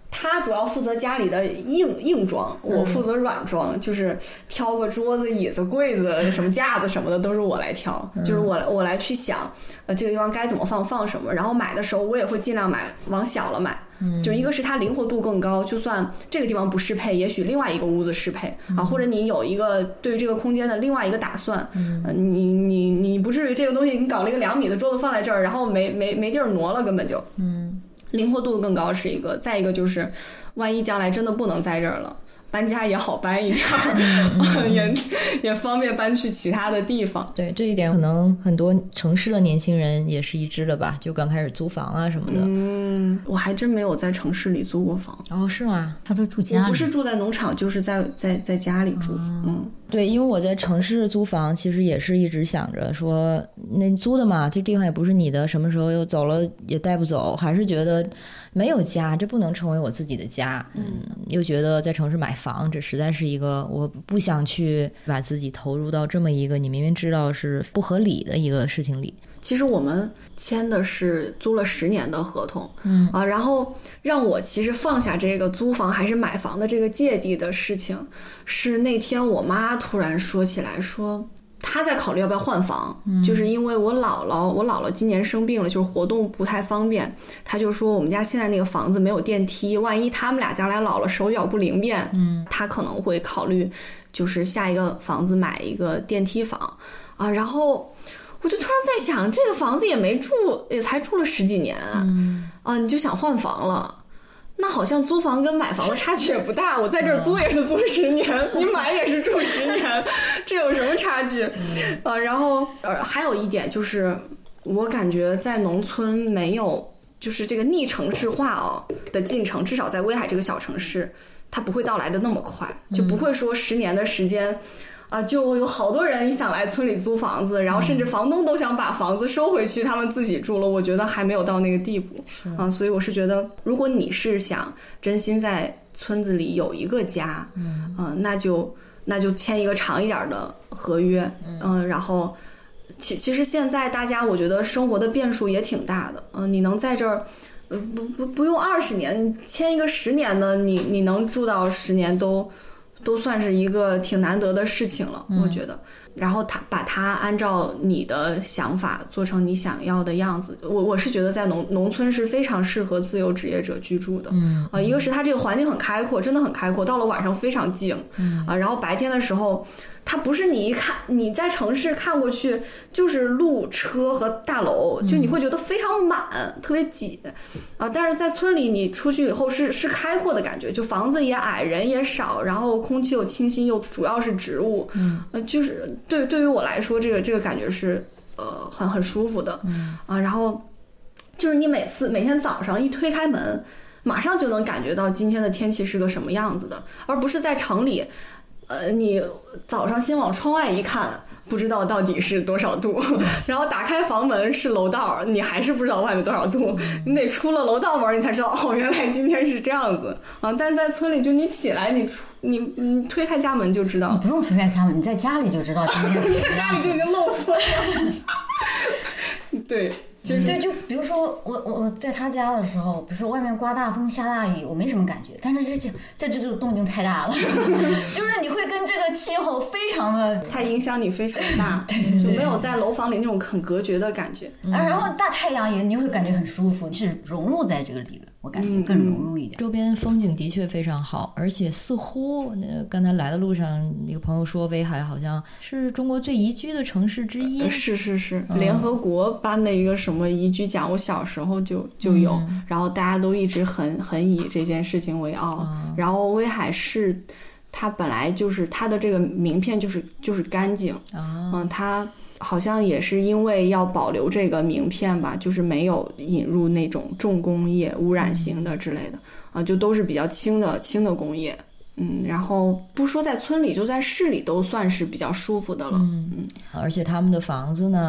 他主要负责家里的硬硬装，我负责软装，就是挑个桌子、椅子、柜子、什么架子什么的都是我来挑，就是我我来去想，呃，这个地方该怎么放放什么。然后买的时候我也会尽量买往小了买，就一个是它灵活度更高，就算这个地方不适配，也许另外一个屋子适配啊，或者你有一个对于这个空间的另外一个打算，呃、你你你不至于这个东西你搞了一个两米的桌子放在这儿，然后没没没地儿挪了，根本就嗯。灵活度更高是一个，再一个就是万一将来真的不能在这儿了，搬家也好搬一点儿，也也方便搬去其他的地方。 对，这一点可能很多城市的年轻人也是一致的吧，就刚开始租房啊什么的。 嗯，我还真没有在城市里租过房。 哦，是吗？ 他都住家里， 我不是住在农场，就是在在在家里住。哦、嗯， 对，因为我在城市租房，其实也是一直想着说，那租的嘛，这地方也不是你的，什么时候又走了也带不走，还是觉得没有家，这不能成为我自己的家。嗯，又觉得在城市买房，这实在是一个我不想去把自己投入到这么一个你明明知道是不合理的一个事情里。 其实我们签的是租了十年的合同，嗯啊，然后让我其实放下这个租房还是买房的这个芥蒂的事情，是那天我妈突然说起来说。她在考虑要不要换房、嗯、就是因为我姥姥我姥姥今年生病了，就是活动不太方便，她就说我们家现在那个房子没有电梯，万一他们俩将来老了手脚不灵便，嗯，她可能会考虑就是下一个房子买一个电梯房啊。然后我就突然在想，这个房子也没住，也才住了十几年、嗯、啊，你就想换房了，那好像租房跟买房的差距也不大，我在这儿租也是租十年，你买也是住十年，这有什么差距？呃，然后呃还有一点就是，我感觉在农村没有就是这个逆城市化哦的进程，至少在威海这个小城市，它不会到来的那么快，就不会说十年的时间。啊，就有好多人想来村里租房子，然后甚至房东都想把房子收回去，他们自己住了。我觉得还没有到那个地步啊，所以我是觉得，如果你是想真心在村子里有一个家，嗯、呃，那就那就签一个长一点的合约，嗯、呃，然后其其实现在大家我觉得生活的变数也挺大的，嗯、呃，你能在这儿。呃，不不不用二十年，签一个十年的，你你能住到十年都。都算是一个挺难得的事情了，我觉得。然后他把它按照你的想法做成你想要的样子，我我是觉得在农农村是非常适合自由职业者居住的。嗯啊、呃，一个是它这个环境很开阔，真的很开阔，到了晚上非常静。嗯啊、呃，然后白天的时候。它不是你一看你在城市看过去就是路车和大楼，就你会觉得非常满、嗯、特别挤啊，但是在村里你出去以后是是开阔的感觉，就房子也矮，人也少，然后空气又清新，又主要是植物，嗯，呃，就是对对于我来说，这个这个感觉是呃很很舒服的，嗯啊，然后就是你每次每天早上一推开门，马上就能感觉到今天的天气是个什么样子的，而不是在城里。呃，你早上先往窗外一看，不知道到底是多少度，然后打开房门是楼道，你还是不知道外面多少度，你得出了楼道门，你才知道哦，原来今天是这样子啊！但在村里，就你起来，你出你你推开家门就知道， 你不用推开家门，你在家里就知道今天是什么样子。 家里就已经漏风了。对。 就是、对，就比如说我我我在他家的时候，比如说外面刮大风下大雨，我没什么感觉，但是这就这就就动静太大了，就是你会跟这个气候非常的， 它影响你非常大，对对对，就没有在楼房里那种很隔绝的感觉。 嗯、然后大太阳也你会感觉很舒服，你是融入在这个里面，我感觉更融入一点。 周边风景的确非常好，而且似乎那刚才来的路上，一个朋友说威海好像是中国最宜居的城市之一。 是是是，嗯、联合国颁的一个什么。什么宜居奖，我小时候就就有、嗯，然后大家都一直很很以这件事情为傲。嗯、然后威海市，它本来就是它的这个名片就是就是干净，哦、嗯，它好像也是因为要保留这个名片吧，就是没有引入那种重工业污染型的之类的，啊、嗯，就都是比较轻的轻的工业。嗯，然后不说在村里，就在市里都算是比较舒服的了。 嗯嗯，而且他们的房子呢，其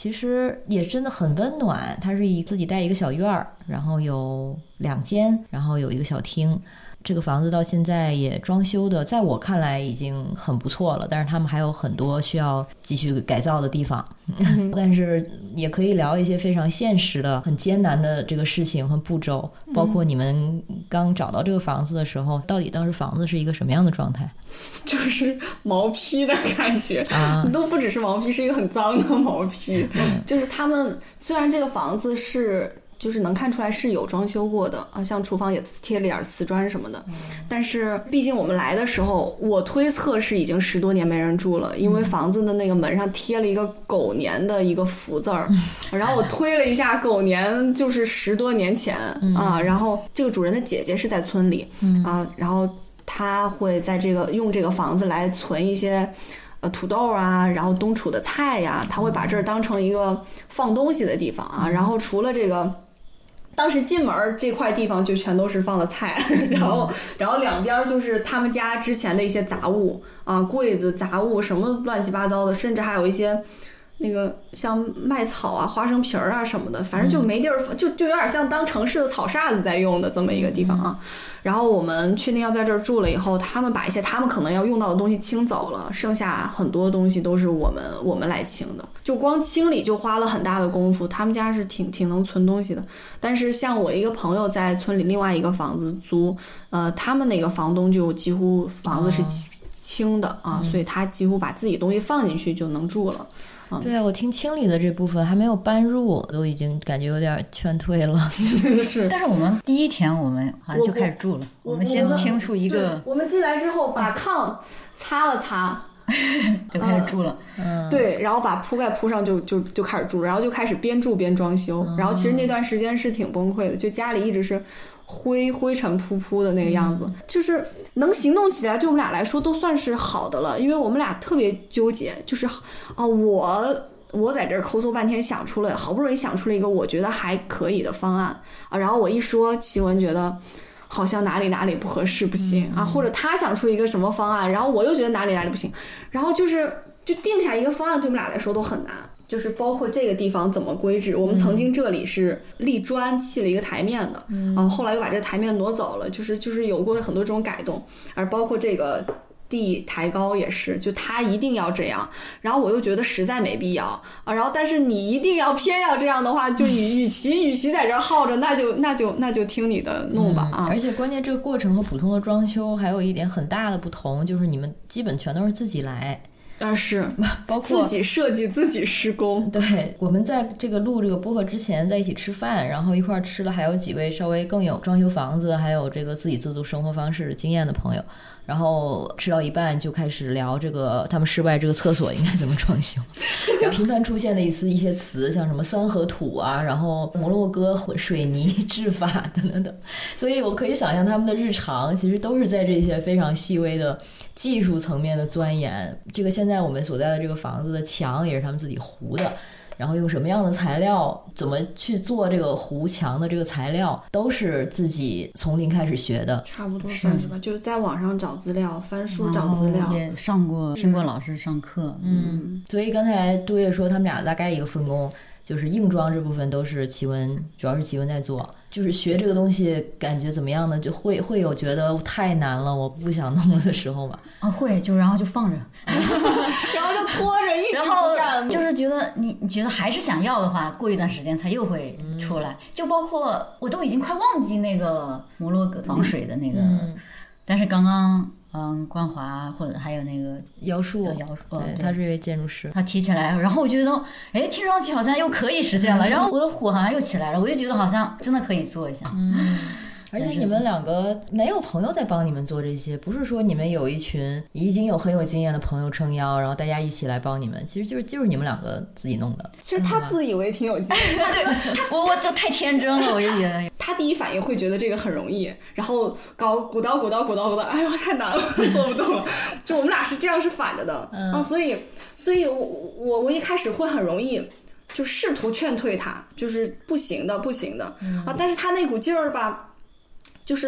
其实也真的很温暖。它是以自己带一个小院儿，然后有两间，然后有一个小厅。这个房子到现在也装修的，在我看来已经很不错了，但是他们还有很多需要继续改造的地方。嗯、但是也可以聊一些非常现实的、很艰难的这个事情和步骤，包括你们刚找到这个房子的时候，到底当时房子是一个什么样的状态？ 就是毛坯的感觉啊， 都不只是毛坯，是一个很脏的毛坯。嗯、就是他们虽然这个房子是。就是能看出来是有装修过的啊，像厨房也贴了点瓷砖什么的，嗯、但是毕竟我们来的时候，我推测是已经十多年没人住了，因为房子的那个门上贴了一个狗年的一个福字儿，嗯、然后我推了一下，狗年就是十多年前、嗯、啊，然后这个主人的姐姐是在村里、嗯、啊，然后她会在这个用这个房子来存一些。呃，土豆啊，然后冬储的菜呀，他会把这儿当成一个放东西的地方啊。然后除了这个，当时进门这块地方就全都是放的菜，然后然后两边就是他们家之前的一些杂物啊，柜子、杂物什么乱七八糟的，甚至还有一些那个像麦草啊、花生皮儿啊什么的，反正就没地儿放，就就有点像当城市的草沙子在用的这么一个地方啊。然后我们确定要在这儿住了以后，他们把一些他们可能要用到的东西清走了，剩下很多东西都是我们我们来清的。就光清理就花了很大的功夫，他们家是挺挺能存东西的。但是像我一个朋友在村里另外一个房子租，呃，他们那个房东就几乎房子是清的啊， 嗯、 所以他几乎把自己东西放进去就能住了。 对啊，我听清理的这部分还没有搬入，都已经感觉有点劝退了。 是， 但是我们第一天我们好像就开始住了，我, 我, 我们先清出一个。 我们进来之后把炕擦了擦， 就开始住了。 嗯，对，然后把铺盖铺上就就就开始住，然后就开始边住边装修。嗯、然后其实那段时间是挺崩溃的，就家里一直是。灰灰尘扑扑的那个样子、嗯、就是能行动起来对我们俩来说都算是好的了，因为我们俩特别纠结，就是啊我我在这儿抠搜半天想出了好不容易想出了一个我觉得还可以的方案啊，然后我一说奇文觉得好像哪里哪里不合适不行、嗯、啊，或者他想出一个什么方案，然后我又觉得哪里哪里不行，然后就是就定下一个方案对我们俩来说都很难，就是包括这个地方怎么规制，我们曾经这里是立砖砌了一个台面的，嗯，然后后来又把这个台面挪走了，就是就是有过很多这种改动，而包括这个地抬高也是，就他一定要这样，然后我又觉得实在没必要啊，然后但是你一定要偏要这样的话，就与与其与其在这耗着，那就那就那就听你的弄吧啊、 嗯！而且关键这个过程和普通的装修还有一点很大的不同，就是你们基本全都是自己来。 但是包括自己设计自己施工。 对，我们在这个录这个播客之前在一起吃饭，然后一块吃了还有几位稍微更有装修房子还有这个自给自足生活方式经验的朋友，然后吃到一半就开始聊这个他们室外这个厕所应该怎么装修然后频繁出现的一次一些词，像什么三合土啊，然后摩洛哥水泥制法等等等，所以我可以想象他们的日常其实都是在这些非常细微的技术层面的钻研。这个现在我们所在的这个房子的墙也是他们自己糊的，然后用什么样的材料，怎么去做这个糊墙的这个材料，都是自己从零开始学的。 差不多算是吧，就在网上找资料，翻书找资料， 也上过听过老师上课。 嗯，所以刚才杜月说他们俩大概一个分工，就是硬装这部分都是奇文，主要是奇文在做。就是学这个东西感觉怎么样呢？就会会有觉得太难了我不想弄了的时候吗？ 啊，会，就然后就放着然后就拖着一直然后就是觉得你你觉得还是想要的话，过一段时间它又会出来、嗯、就包括我都已经快忘记那个摩洛哥防水的那个、嗯、但是刚刚嗯，关华或者还有那个姚树， 姚树， 对，他是一位建筑师， 他提起来，然后我觉得，哎，听上去好像又可以实现了，然后我的火好像又起来了，我就觉得好像真的可以做一下。 嗯，而且你们两个没有朋友在帮你们做这些，不是说你们有一群已经有很有经验的朋友撑腰，然后大家一起来帮你们，其实就是就是你们两个自己弄的。 其实他自以为挺有经验， 对，我我就太天真了，我就觉得他第一反应会觉得这个很容易，然后搞鼓捣鼓捣鼓捣鼓捣，哎呦太难了，做不动了。就我们俩是这样是反着的、嗯、啊，所以所以我我我一开始会很容易就试图劝退他，就是不行的不行的、嗯、啊，但是他那股劲儿吧。就是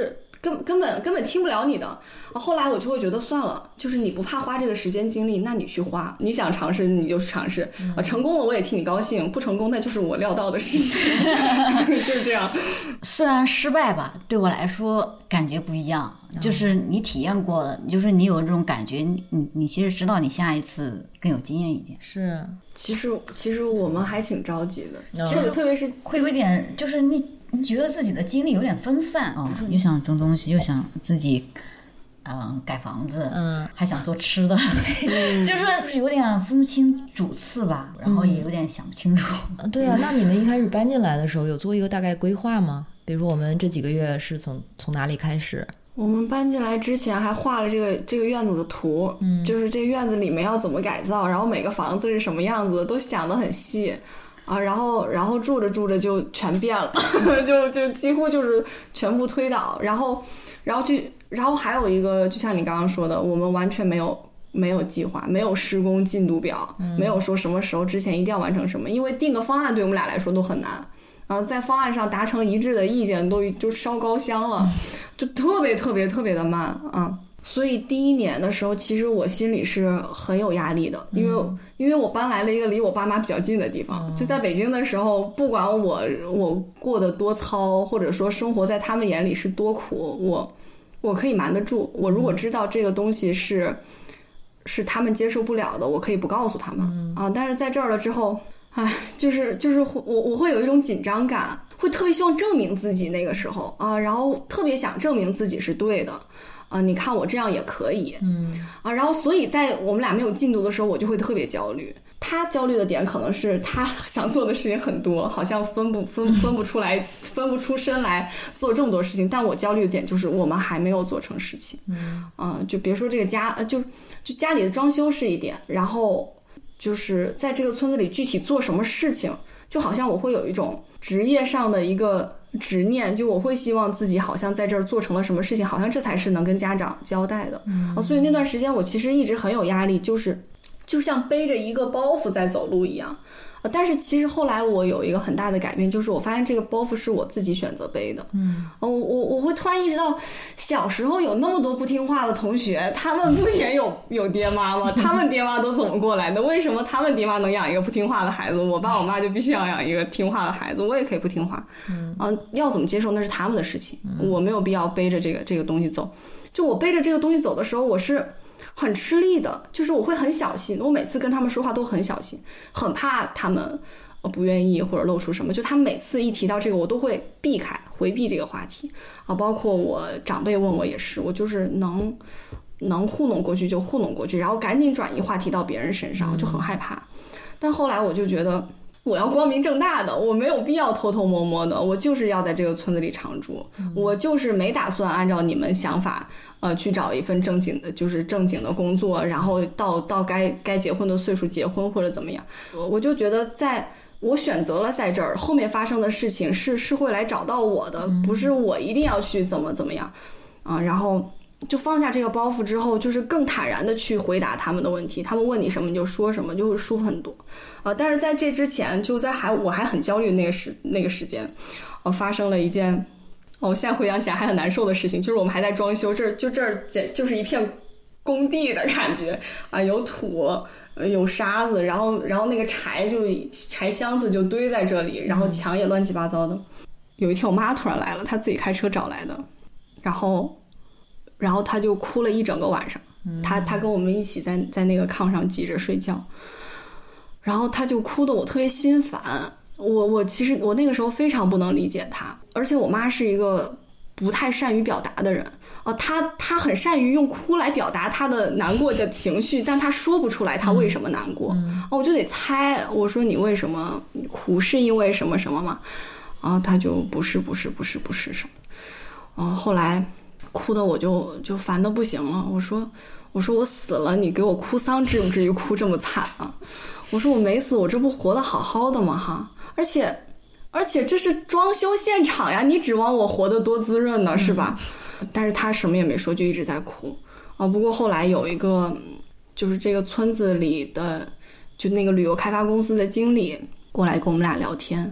根根本根本听不了你的。后来我就会觉得算了，就是你不怕花这个时间精力，那你去花，你想尝试你就尝试啊，成功了我也替你高兴，不成功那就是我料到的事情，就是这样。 虽然失败吧，对我来说感觉不一样，就是你体验过了，就是你有这种感觉，你你其实知道你下一次更有经验一点。 是， 其实其实我们还挺着急的，其实特别是会有一点，就是你你觉得自己的精力有点分散啊、哦，又想种东西，又想自己。嗯，盖房子， 嗯， 还想做吃的，嗯、就是有点分不清主次吧，然后也有点想不清楚。 嗯、对啊，那你们一开始搬进来的时候有做一个大概规划吗？比如说我们这几个月是从从哪里开始？ 我们搬进来之前还画了这个这个院子的图，嗯，就是这个院子里面要怎么改造，然后每个房子是什么样子，都想得很细。啊，然后然后住着住着就全变了，就就几乎就是全部推倒，然后然后就然后还有一个，就像你刚刚说的，我们完全没有没有计划，没有施工进度表，嗯、没有说什么时候之前一定要完成什么，因为定个方案对我们俩来说都很难，然后在方案上达成一致的意见都就烧高香了，就特别特别特别的慢啊。所以第一年的时候，其实我心里是很有压力的，因为、嗯、因为我搬来了一个离我爸妈比较近的地方。嗯、就在北京的时候，不管我我过得多糙，或者说生活在他们眼里是多苦，我我可以瞒得住。我如果知道这个东西是是他们接受不了的，我可以不告诉他们、嗯、啊。但是在这儿了之后，哎，就是就是我我会有一种紧张感，会特别希望证明自己那个时候啊，然后特别想证明自己是对的。啊，你看我这样也可以，嗯啊，然后所以在我们俩没有进度的时候，我就会特别焦虑。他焦虑的点可能是他想做的事情很多，好像分不分分不出来，分不出身来做这么多事情。但我焦虑的点就是我们还没有做成事情，嗯啊，就别说这个家，就就家里的装修是一点，然后就是在这个村子里具体做什么事情，就好像我会有一种职业上的一个执念，就我会希望自己好像在这儿做成了什么事情，好像这才是能跟家长交代的、嗯啊、所以那段时间我其实一直很有压力，就是就像背着一个包袱在走路一样、啊、但是其实后来我有一个很大的改变，就是我发现这个包袱是我自己选择背的。嗯，我我我会突然意识到，小时候有那么多不听话的同学，他们不也有有爹妈吗？他们爹妈都怎么过来的？为什么他们爹妈能养一个不听话的孩子，我爸我妈就必须要养一个听话的孩子？我也可以不听话。嗯，啊，要怎么接受那是他们的事情，我没有必要背着这个这个东西走。就我背着这个东西走的时候，我是很吃力的，就是我会很小心，我每次跟他们说话都很小心，很怕他们不愿意或者露出什么，就他们每次一提到这个我都会避开回避这个话题啊，包括我长辈问我也是，我就是能能糊弄过去就糊弄过去，然后赶紧转移话题到别人身上，我就很害怕。但后来我就觉得我要光明正大的，我没有必要偷偷摸摸的，我就是要在这个村子里常住，我就是没打算按照你们想法呃，去找一份正经的，就是正经的工作，然后到到该该结婚的岁数结婚或者怎么样。我就觉得在我选择了在这儿，后面发生的事情是是会来找到我的，不是我一定要去怎么怎么样啊。然后就放下这个包袱之后，就是更坦然的去回答他们的问题，他们问你什么你就说什么，就会舒服很多啊。但是在这之前，就在还我还很焦虑那个时那个时间，呃、啊，发生了一件。我、哦、现在回想起来还很难受的事情，就是我们还在装修，这儿就这儿就是一片工地的感觉啊，有土有沙子，然后然后那个柴就柴箱子就堆在这里，然后墙也乱七八糟的。有一天我妈突然来了，她自己开车找来的，然后然后她就哭了一整个晚上，她她跟我们一起在在那个炕上挤着睡觉，然后她就哭得我特别心烦。我我其实我那个时候非常不能理解他，而且我妈是一个不太善于表达的人啊，她她很善于用哭来表达她的难过的情绪，但她说不出来她为什么难过、嗯啊、我就得猜，我说你为什么你哭，是因为什么什么吗？啊，她就不是不是不是不是什么啊，后来哭的我就就烦得不行了，我说我说我死了，你给我哭丧至不至于哭这么惨啊？我说我没死，我这不活得好好的吗？哈。而且而且这是装修现场呀，你指望我活得多滋润呢，是吧？嗯、但是他什么也没说，就一直在哭啊。不过后来有一个就是这个村子里的就那个旅游开发公司的经理过来跟我们俩聊天，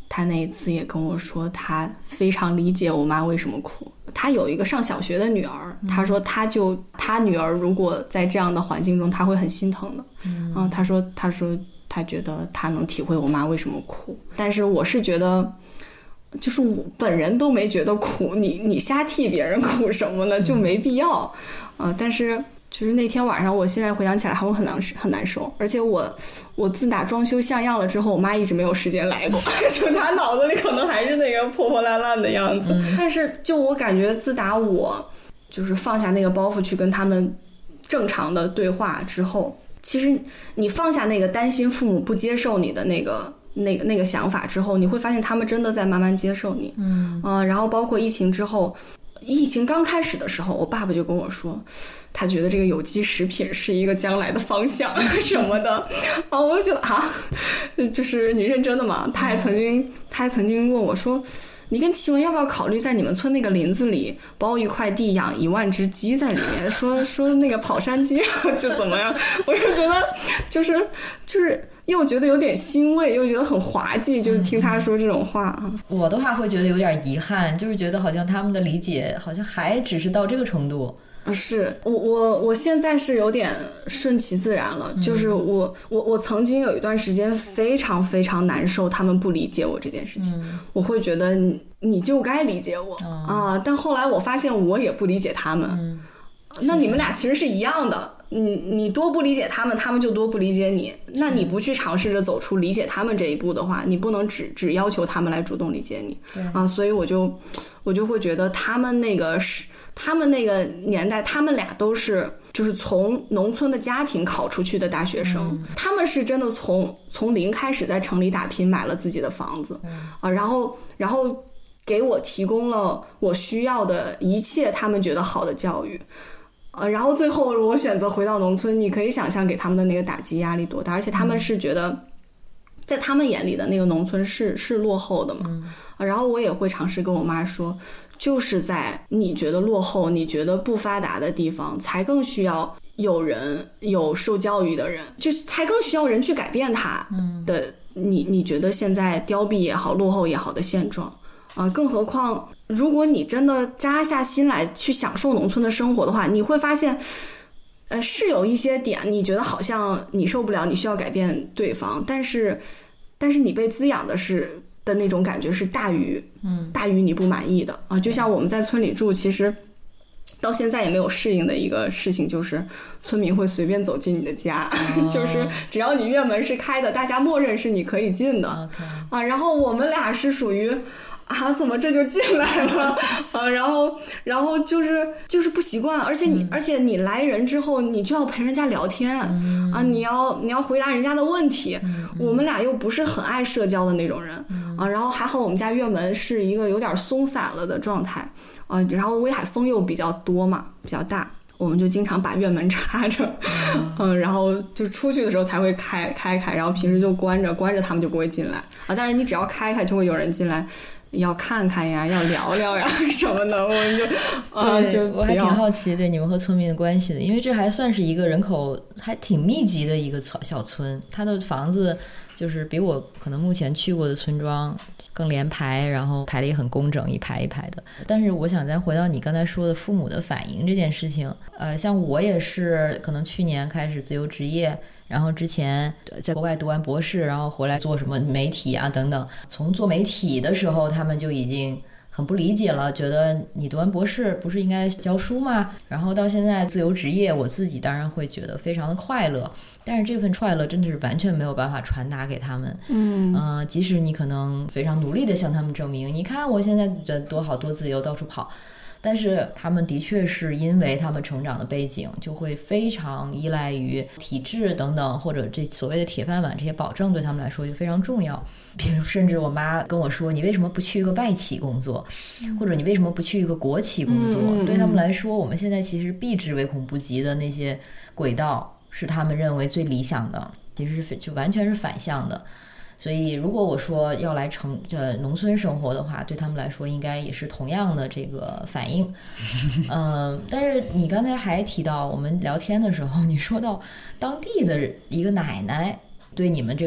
他那一次也跟我说，他非常理解我妈为什么哭。他有一个上小学的女儿，他说他就他女儿如果在这样的环境中，他会很心疼的。嗯，啊、他说他说他觉得他能体会我妈为什么哭，但是我是觉得，就是我本人都没觉得苦，你你瞎替别人苦什么呢？就没必要。啊、呃，但是。就是那天晚上，我现在回想起来还会很难很难受，而且我我自打装修像样了之后，我妈一直没有时间来过，就她脑子里可能还是那个破破烂烂的样子。嗯、但是就我感觉，自打我就是放下那个包袱去跟他们正常的对话之后，其实你放下那个担心父母不接受你的那个那个那个想法之后，你会发现他们真的在慢慢接受你。嗯嗯、呃，然后包括疫情之后。疫情刚开始的时候，我爸爸就跟我说，他觉得这个有机食品是一个将来的方向什么的。啊，我就觉得啊，就是你认真的吗？他还曾经，他还曾经问我说，你跟奇文要不要考虑在你们村那个林子里包一块地养一万只鸡在里面？说说那个跑山鸡就怎么样？我就觉得就是就是。又觉得有点欣慰，又觉得很滑稽，就是听他说这种话啊、嗯。 我的话会觉得有点遗憾，就是觉得好像他们的理解好像还只是到这个程度。 是我我我现在是有点顺其自然了，嗯、就是我我我曾经有一段时间非常非常难受，他们不理解我这件事情，嗯、我会觉得你你就该理解我、嗯、啊，但后来我发现我也不理解他们，嗯、那你们俩其实是一样的。你你多不理解他们，他们就多不理解你。那你不去尝试着走出理解他们这一步的话，你不能只只要求他们来主动理解你啊。所以我就我就会觉得他们那个是他们那个年代，他们俩都是就是从农村的家庭考出去的大学生，嗯、他们是真的从从零开始在城里打拼，买了自己的房子、嗯、啊，然后然后给我提供了我需要的一切，他们觉得好的教育。呃，然后最后我选择回到农村，你可以想象给他们的那个打击压力多大，而且他们是觉得，在他们眼里的那个农村是是落后的嘛。嗯、啊，然后我也会尝试跟我妈说，就是在你觉得落后、你觉得不发达的地方，才更需要有人有受教育的人，就是才更需要人去改变它的。嗯、你你觉得现在凋敝也好、落后也好的现状。啊，更何况如果你真的扎下心来去享受农村的生活的话，你会发现呃，是有一些点你觉得好像你受不了，你需要改变对方，但是但是你被滋养的是的那种感觉是大于嗯大于你不满意的啊。就像我们在村里住，其实到现在也没有适应的一个事情，就是村民会随便走进你的家、哦、就是只要你院门是开的，大家默认是你可以进的、okay. 啊。然后我们俩是属于啊，怎么这就进来了啊？然后，然后就是就是不习惯，而且你、嗯，而且你来人之后，你就要陪人家聊天、嗯、啊，你要你要回答人家的问题、嗯。我们俩又不是很爱社交的那种人、嗯、啊。然后还好我们家院门是一个有点松散了的状态啊，然后威海风又比较多嘛，比较大。我们就经常把院门插着，嗯，嗯然后就出去的时候才会开开开，然后平时就关着，关着他们就不会进来啊。但是你只要开开，就会有人进来。要看看呀，要聊聊呀什么的，我们就啊，就我还挺好奇对你们和村民的关系的，因为这还算是一个人口还挺密集的一个小村，它的房子就是比我可能目前去过的村庄更连排，然后排的也很工整，一排一排的。但是我想再回到你刚才说的父母的反应这件事情，呃，像我也是可能去年开始自由职业。然后之前在国外读完博士，然后回来做什么媒体啊等等，从做媒体的时候他们就已经很不理解了，觉得你读完博士不是应该教书吗？然后到现在自由职业，我自己当然会觉得非常的快乐，但是这份快乐真的是完全没有办法传达给他们。嗯、呃、即使你可能非常努力的向他们证明，你看我现在的多好多自由，到处跑，但是他们的确是因为他们成长的背景就会非常依赖于体制等等，或者这所谓的铁饭碗这些保证对他们来说就非常重要。比如甚至我妈跟我说，你为什么不去一个外企工作，或者你为什么不去一个国企工作、嗯、对他们来说，我们现在其实避之唯恐不及的那些轨道是他们认为最理想的，其实是就完全是反向的。所以如果我说要来城呃农村生活的话，对他们来说应该也是同样的这个反应。嗯、呃，但是你刚才还提到，我们聊天的时候你说到当地的一个奶奶对你们这个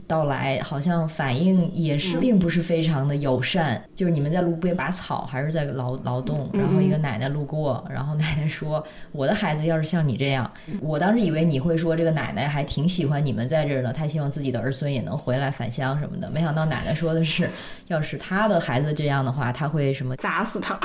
到来，好像反应也是并不是非常的友善。嗯、就是你们在路边拔草，还是在劳劳动，然后一个奶奶路过，然后奶奶说：“我的孩子要是像你这样。”我当时以为你会说这个奶奶还挺喜欢你们在这儿的，她希望自己的儿孙也能回来返乡什么的。没想到奶奶说的是，要是她的孩子这样的话，她会什么砸死他。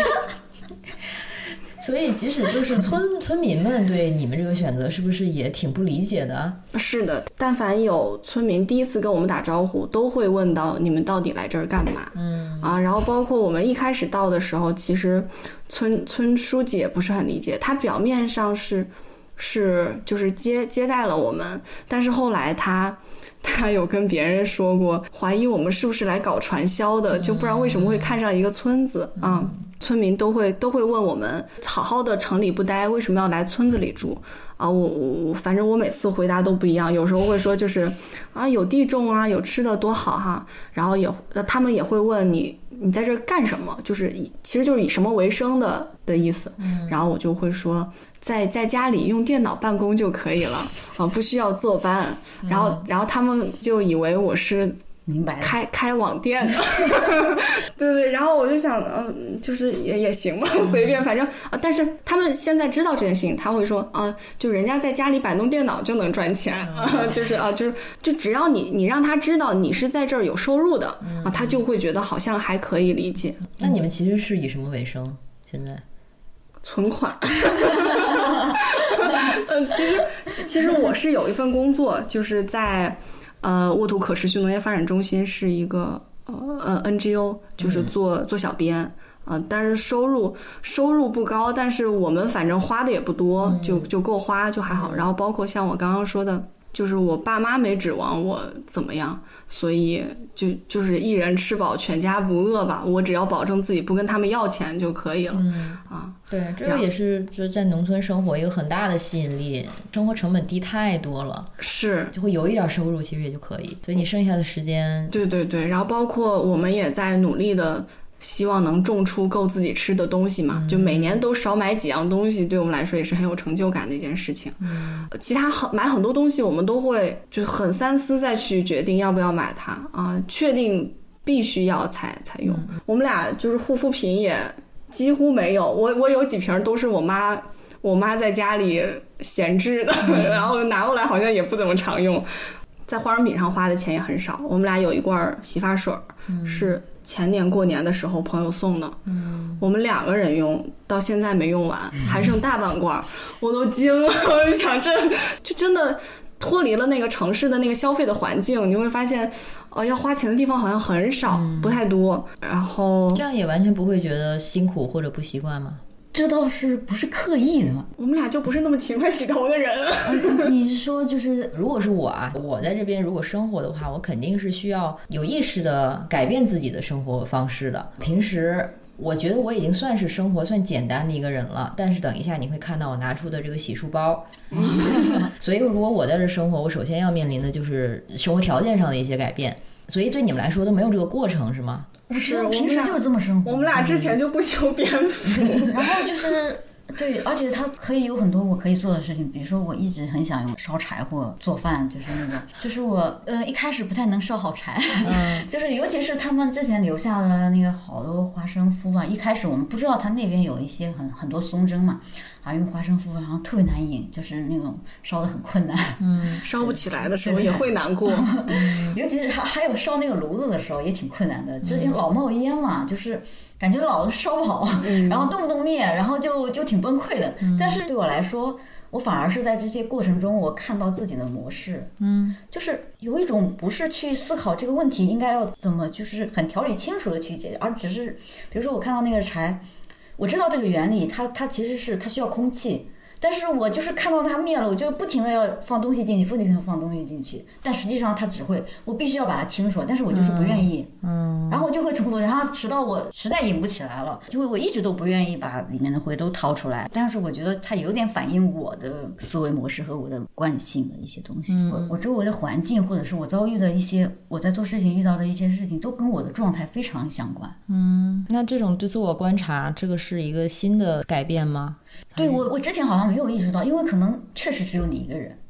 所以即使就是村村民们对你们这个选择是不是也挺不理解的？ 是的，但凡有村民第一次跟我们打招呼，都会问到你们到底来这儿干嘛？嗯啊，然后包括我们一开始到的时候，其实村村书记也不是很理解，他表面上是是就是接接待了我们，但是后来他他有跟别人说过，怀疑我们是不是来搞传销的，就不然为什么会看上一个村子啊？嗯村民都会都会问我们，好好的城里不待，为什么要来村子里住啊？我我反正我每次回答都不一样，有时候会说就是啊有地种啊，有吃的多好哈，然后也他们也会问你你在这干什么，就是以其实就是以什么为生的的意思，然后我就会说在在家里用电脑办公就可以了啊，不需要坐班，然后然后他们就以为我是。 明白了， 开开网店的，对对，然后我就想，嗯、呃，就是也也行吧，随便，反正啊，但是他们现在知道这件事情，他会说啊、呃，就人家在家里摆弄电脑就能赚钱啊、呃，就是啊，就是就只要你你让他知道你是在这儿有收入的啊，他就会觉得好像还可以理解。 那你们其实是以什么为生？现在存款。嗯，其实其实我是有一份工作，就是在。呃，沃土可持续农业发展中心是一个呃呃 N G O， 就是做、嗯、做小编啊、呃，但是收入收入不高，但是我们反正花的也不多，嗯、就就够花就还好。然后包括像我刚刚说的，就是我爸妈没指望我怎么样，所以就就是一人吃饱全家不饿吧。我只要保证自己不跟他们要钱就可以了。嗯啊， 对，这个也是就在农村生活一个很大的吸引力，生活成本低太多了， 是就会有一点收入其实也就可以，所以你剩下的时间， 对对对，然后包括我们也在努力的。希望能种出够自己吃的东西嘛，就每年都少买几样东西，对我们来说也是很有成就感的一件事情。嗯，其他很买很多东西，我们都会就很三思再去决定要不要买它啊，确定必须要才才用。嗯、我们俩就是护肤品也几乎没有，我我有几瓶都是我妈我妈在家里闲置的，嗯、然后拿过来好像也不怎么常用。在化妆品上花的钱也很少，我们俩有一罐洗发水，嗯、是。前年过年的时候朋友送的，嗯，我们两个人用到现在没用完，还剩大半罐，我都惊了。我就想这就真的脱离了那个城市的那个消费的环境，你会发现哦，要花钱的地方好像很少，嗯、不太多。然后这样也完全不会觉得辛苦或者不习惯吗？ 这倒是不是刻意的， 我们俩就不是那么勤快洗头的人。 你是说就是如果是我啊，我在这边如果生活的话，我肯定是需要有意识的改变自己的生活方式的。平时我觉得我已经算是生活算简单的一个人了，但是等一下你会看到我拿出的这个洗漱包。所以如果我在这生活，我首先要面临的就是生活条件上的一些改变。所以对你们来说都没有这个过程是吗？ 是，平时就是这么生活。 我们俩之前就不修边幅， 然后就是对，而且它可以有很多我可以做的事情，比如说我一直很想用烧柴或做饭，就是那种，就是我呃一开始不太能烧好柴，嗯，就是尤其是他们之前留下的那个好多花生麸啊，一开始我们不知道他那边有一些很很多松针嘛。啊，用花生麸，然后特别难引，就是那种烧得很困难， 嗯，烧不起来的时候也会难过， 尤其是还还有烧那个炉子的时候也挺困难的，之前老冒烟嘛，就是感觉老烧不好，嗯、然后动不动灭，然后就就挺崩溃的。嗯、但是对我来说，我反而是在这些过程中，我看到自己的模式，嗯，就是有一种不是去思考这个问题应该要怎么，就是很条理清楚的去解决，而只是比如说我看到那个柴。我知道这个原理，它它其实是它需要空气，但是我就是看到它灭了，我就不停的要放东西进去，不停的放东西进去，但实际上它只会，我必须要把它清楚，但是我就是不愿意，嗯，然后我就会重复，然后直到我实在引不起来了，就会我一直都不愿意把里面的灰都掏出来，但是我觉得它有点反映我的思维模式和我的惯性的一些东西，嗯、我我周围的环境或者是我遭遇的一些我在做事情遇到的一些事情，都跟我的状态非常相关。 嗯，那这种对自我观察，这个是一个新的改变吗？ 对，我我之前好像没有意识到，因为可能确实只有你一个人，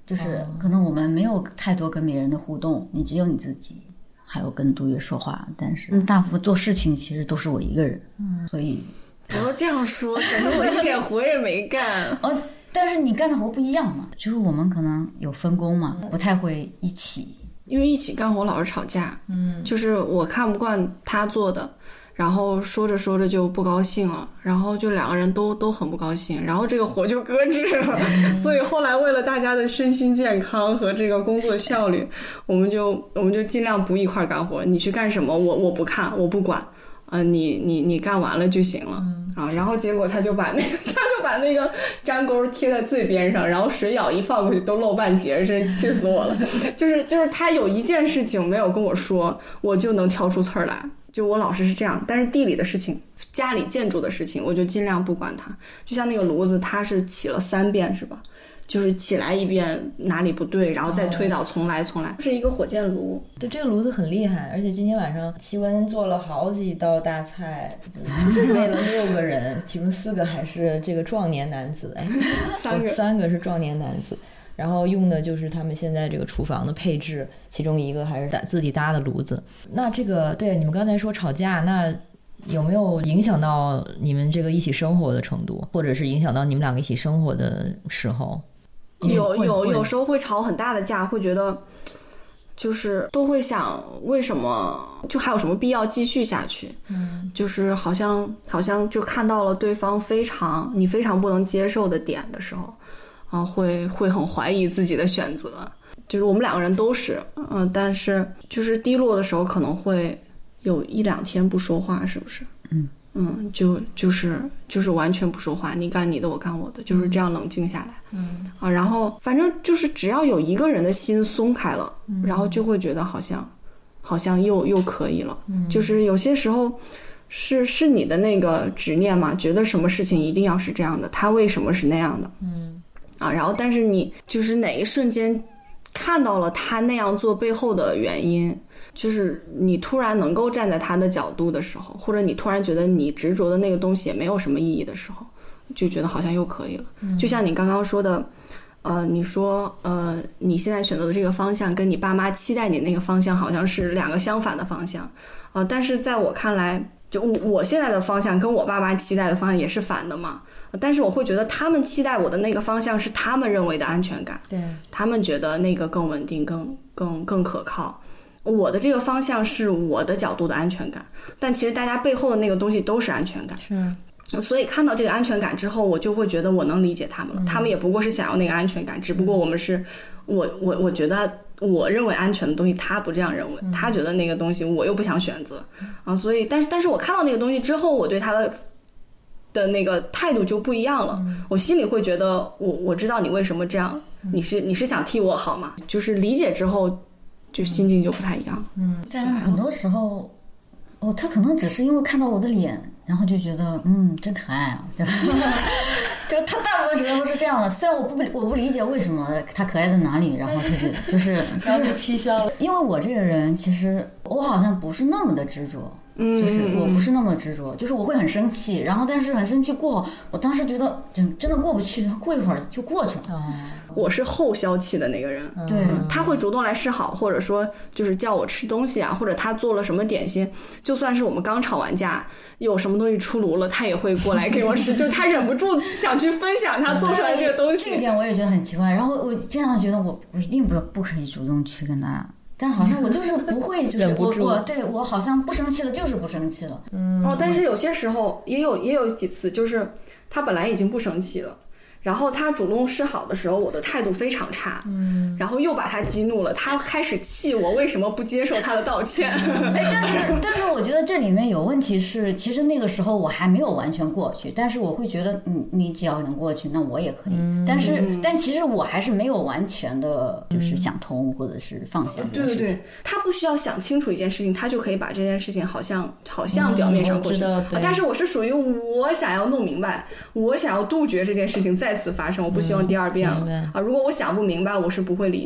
就是可能我们没有太多跟别人的互动，你只有你自己，还有跟杜月说话，但是大部分做事情其实都是我一个人，嗯，所以不要这样说，整个我一点活也没干。 哦，但是你干的活不一样嘛，就是我们可能有分工嘛，不太会一起， 因为一起干活老是吵架，嗯，就是我看不惯他做的。然后说着说着就不高兴了，然后就两个人都都很不高兴，然后这个活就搁置了。所以后来为了大家的身心健康和这个工作效率，我们就我们就尽量不一块干活。你去干什么，我我不看，我不管，呃，你你你干完了就行了、嗯、啊。然后结果他就把那个他就把那个粘钩贴在最边上，然后水舀一放过去都漏半截，真是气死我了。就是就是他有一件事情没有跟我说，我就能挑出刺儿来。就我老师是这样，但是地理的事情，家里建筑的事情，我就尽量不管它。就像那个炉子，它是起了三遍是吧？就是起来一遍哪里不对，然后再推倒，重来重来。是一个火箭炉。 对，这个炉子很厉害，而且今天晚上戚文做了好几道大菜，就是为了六个人，其中四个还是这个壮年男子，哎， 三个三个是壮年男子。然后用的就是他们现在这个厨房的配置，其中一个还是搭自己搭的炉子。那这个对你们刚才说吵架，那有没有影响到你们这个一起生活的程度，或者是影响到你们两个一起生活的时候？ 有有有时候会吵很大的架，会觉得就是都会想为什么就还有什么必要继续下去，嗯，就是好像好像就看到了对方非常你非常不能接受的点的时候啊，会会很怀疑自己的选择，就是我们两个人都是，嗯，但是就是低落的时候可能会有一两天不说话，是不是？ 嗯嗯，就就是就是完全不说话，你干你的，我干我的，就是这样冷静下来。 嗯啊，然后反正就是只要有一个人的心松开了，嗯、然后就会觉得好像好像又又可以了。嗯，就是有些时候。是是你的那个执念嘛？觉得什么事情一定要是这样的，他为什么是那样的？ 嗯， 啊，然后但是你就是哪一瞬间看到了他那样做背后的原因，就是你突然能够站在他的角度的时候，或者你突然觉得你执着的那个东西也没有什么意义的时候，就觉得好像又可以了。嗯、就像你刚刚说的，呃，你说呃，你现在选择的这个方向跟你爸妈期待你那个方向好像是两个相反的方向，呃，但是在我看来。就我现在的方向跟我爸妈期待的方向也是反的嘛，但是我会觉得他们期待我的那个方向是他们认为的安全感， 对， 他们觉得那个更稳定更更更可靠，我的这个方向是我的角度的安全感，但其实大家背后的那个东西都是安全感， 是， 所以看到这个安全感之后，我就会觉得我能理解他们了、嗯、他们也不过是想要那个安全感，只不过我们是我我我觉得我认为安全的东西他不这样认为、嗯、他觉得那个东西我又不想选择、嗯、啊，所以但是但是我看到那个东西之后，我对他的的那个态度就不一样了、嗯、我心里会觉得我我知道你为什么这样、嗯、你是你是想替我好吗？就是理解之后就心境就不太一样。 嗯，但是很多时候哦，他可能只是因为看到我的脸，然后就觉得嗯真可爱啊就他大部分时候是这样的，虽然我不我不理解为什么他可爱在哪里，然后他就就是就是气消了。 因为我这个人其实我好像不是那么的执着，就是我不是那么执着，就是我会很生气，然后但是很生气过后，我当时觉得真真的过不去，过一会儿就过去了。 哦， 我是后消气的那个人， 对、 嗯，他会主动来示好，或者说就是叫我吃东西啊，或者他做了什么点心，就算是我们刚吵完架，有什么东西出炉了，他也会过来给我吃，就是他忍不住想去分享他做出来这个东西。 这一点我也觉得很奇怪，然后我经常觉得我我一定不不可以主动去跟他。但好像我就是不会，就是忍不住我我对我好像不生气了，就是不生气了。 嗯，哦，但是有些时候也有也有几次，就是他本来已经不生气了，然后他主动示好的时候，我的态度非常差，嗯，然后又把他激怒了，他开始气我为什么不接受他的道歉。 哎，但是但是我觉得这里面有问题是，其实那个时候我还没有完全过去，但是我会觉得你你只要能过去，那我也可以。嗯、但是但其实我还是没有完全的，就是想通或者是放下这件事情。 对对对，他不需要想清楚一件事情，他就可以把这件事情好像好像表面上过去， 嗯、 但是我是属于我想要弄明白，我想要杜绝这件事情再次发生，我不希望第二遍了、嗯、啊！如果我想不明白，我是不会理你的。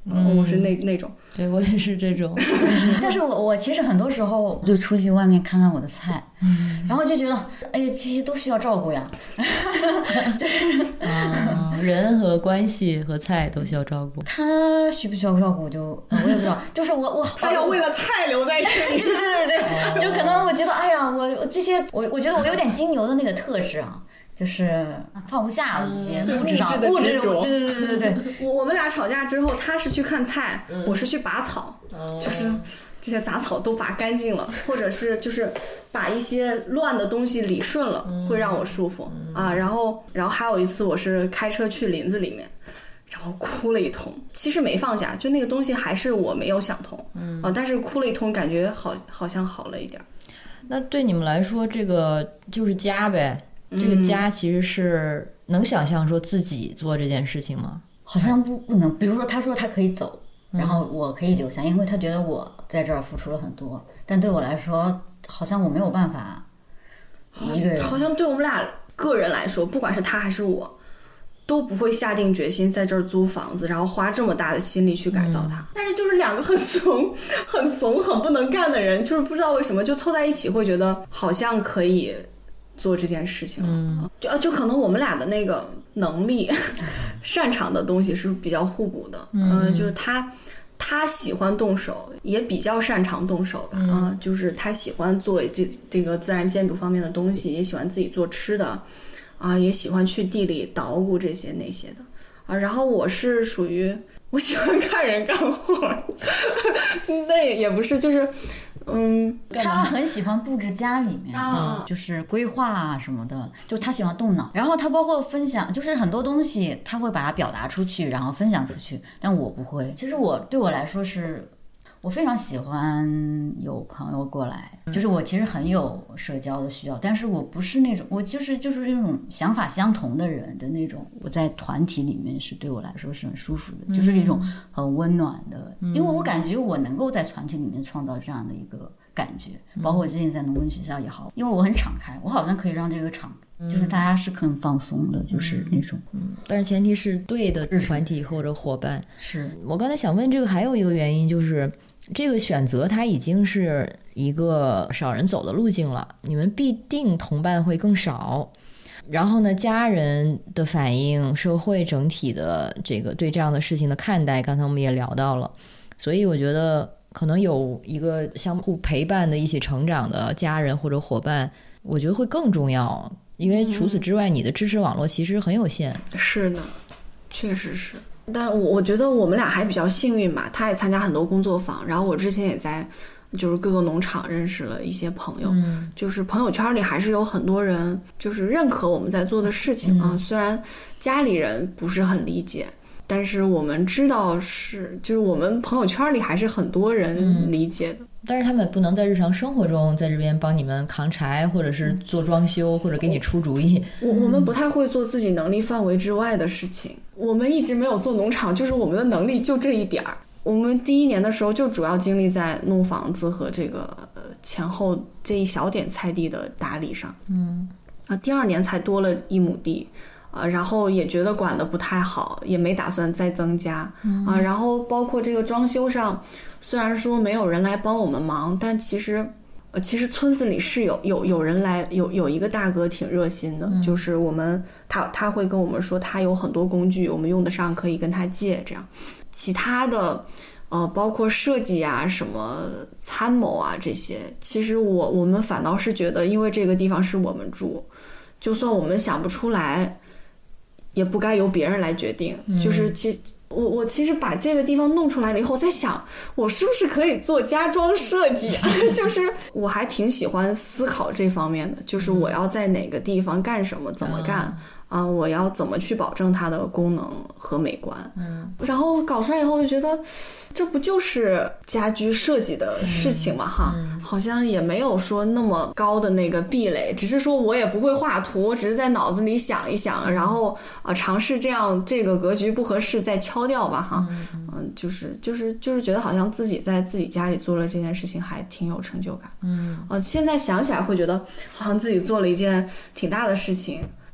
嗯，我是那那种。 对，我也是这种。 但是我我其实很多时候就出去外面看看我的菜，嗯，然后就觉得，哎呀，这些都需要照顾呀。就是、 啊，人和关系和菜都需要照顾。 他需不需要照顾就我也不知道，就是我我他要为了菜留在这里。 对对对对，哦、就可能我觉得，哎呀，我这些我我觉得我有点金牛的那个特质啊。就是放不下一些物质上的物质， 对对对对对对。 我们俩吵架之后，他是去看菜，嗯、我是去拔草，哦、就是这些杂草都拔干净了，或者是就是把一些乱的东西理顺了，嗯、会让我舒服、嗯、啊。然后然后还有一次，我是开车去林子里面，然后哭了一通，其实没放下，就那个东西还是我没有想通，嗯啊，但是哭了一通，感觉好好像好了一点。 那对你们来说，这个就是家呗。这个家其实是能想象说自己做这件事情吗？ 好像不不能。比如说他说他可以走，然后我可以留下，因为他觉得我在这儿付出了很多，但对我来说好像我没有办法一个人。 好像对我们俩个人来说，不管是他还是我，都不会下定决心在这儿租房子，然后花这么大的心力去改造它、嗯、但是就是两个很怂很怂很不能干的人，就是不知道为什么就凑在一起会觉得好像可以做这件事情，嗯，就就可能我们俩的那个能力、擅长的东西是比较互补的，嗯、呃，就是他他喜欢动手，也比较擅长动手吧，嗯、呃，就是他喜欢做这这个自然建筑方面的东西，也喜欢自己做吃的，啊、呃，也喜欢去地里捣鼓这些那些的，啊、呃，然后我是属于我喜欢看人干活，那也也不是，就是。嗯， 他很喜欢布置家里面啊， 就是规划啊什么的，就他喜欢动脑。然后他包括分享，就是很多东西他会把它表达出去，然后分享出去，但我不会。其实我对我来说是，我非常喜欢有朋友过来，就是我其实很有社交的需要，但是我不是那种，我就是就是那种想法相同的人的那种。我在团体里面是对我来说是很舒服的，嗯、就是一种很温暖的，嗯、因为我感觉我能够在团体里面创造这样的一个感觉，包括我之前在农耕学校也好，因为我很敞开，我好像可以让这个场。就是大家是很放松的，就是那种， 嗯，但是前提是对的团体或者伙伴。 是我刚才想问这个，还有一个原因就是，这个选择它已经是一个少人走的路径了，你们必定同伴会更少。然后呢，家人的反应，社会整体的这个对这样的事情的看待，刚才我们也聊到了，所以我觉得可能有一个相互陪伴的、一起成长的家人或者伙伴，我觉得会更重要。因为除此之外，你的支持网络其实很有限。 是的，确实是。但我我觉得我们俩还比较幸运吧，他也参加很多工作坊，然后我之前也在就是各个农场认识了一些朋友，嗯，就是朋友圈里还是有很多人就是认可我们在做的事情啊，嗯、虽然家里人不是很理解，但是我们知道是就是我们朋友圈里还是很多人理解的。 嗯，但是他们不能在日常生活中在这边帮你们扛柴，或者是做装修，或者给你出主意。 我我们不太会做自己能力范围之外的事情，我们一直没有做农场，就是我们的能力就这一点儿。我们第一年的时候就主要精力在弄房子和这个呃前后这一小点菜地的打理上。嗯，啊，第二年才多了一亩地。啊，然后也觉得管得不太好，也没打算再增加、嗯、啊。然后包括这个装修上，虽然说没有人来帮我们忙，但其实，呃，其实村子里是有有有人来，有有一个大哥挺热心的，嗯、就是我们他他会跟我们说他有很多工具，我们用得上可以跟他借这样。其他的，呃，包括设计啊、什么参谋啊这些，其实我我们反倒是觉得，因为这个地方是我们住，就算我们想不出来。也不该由别人来决定，嗯、就是其我我其实把这个地方弄出来了以后，在想我是不是可以做家装设计啊？就是我还挺喜欢思考这方面的，就是我要在哪个地方干什么，怎么干。嗯啊，我要怎么去保证它的功能和美观？嗯，然后搞出来以后就觉得，这不就是家居设计的事情嘛？哈、嗯，好像也没有说那么高的那个壁垒，只是说我也不会画图，我只是在脑子里想一想，然后啊尝试这样这个格局不合适再敲掉吧，哈，嗯，嗯就是就是就是觉得好像自己在自己家里做了这件事情还挺有成就感。嗯，啊，现在想起来会觉得好像自己做了一件挺大的事情。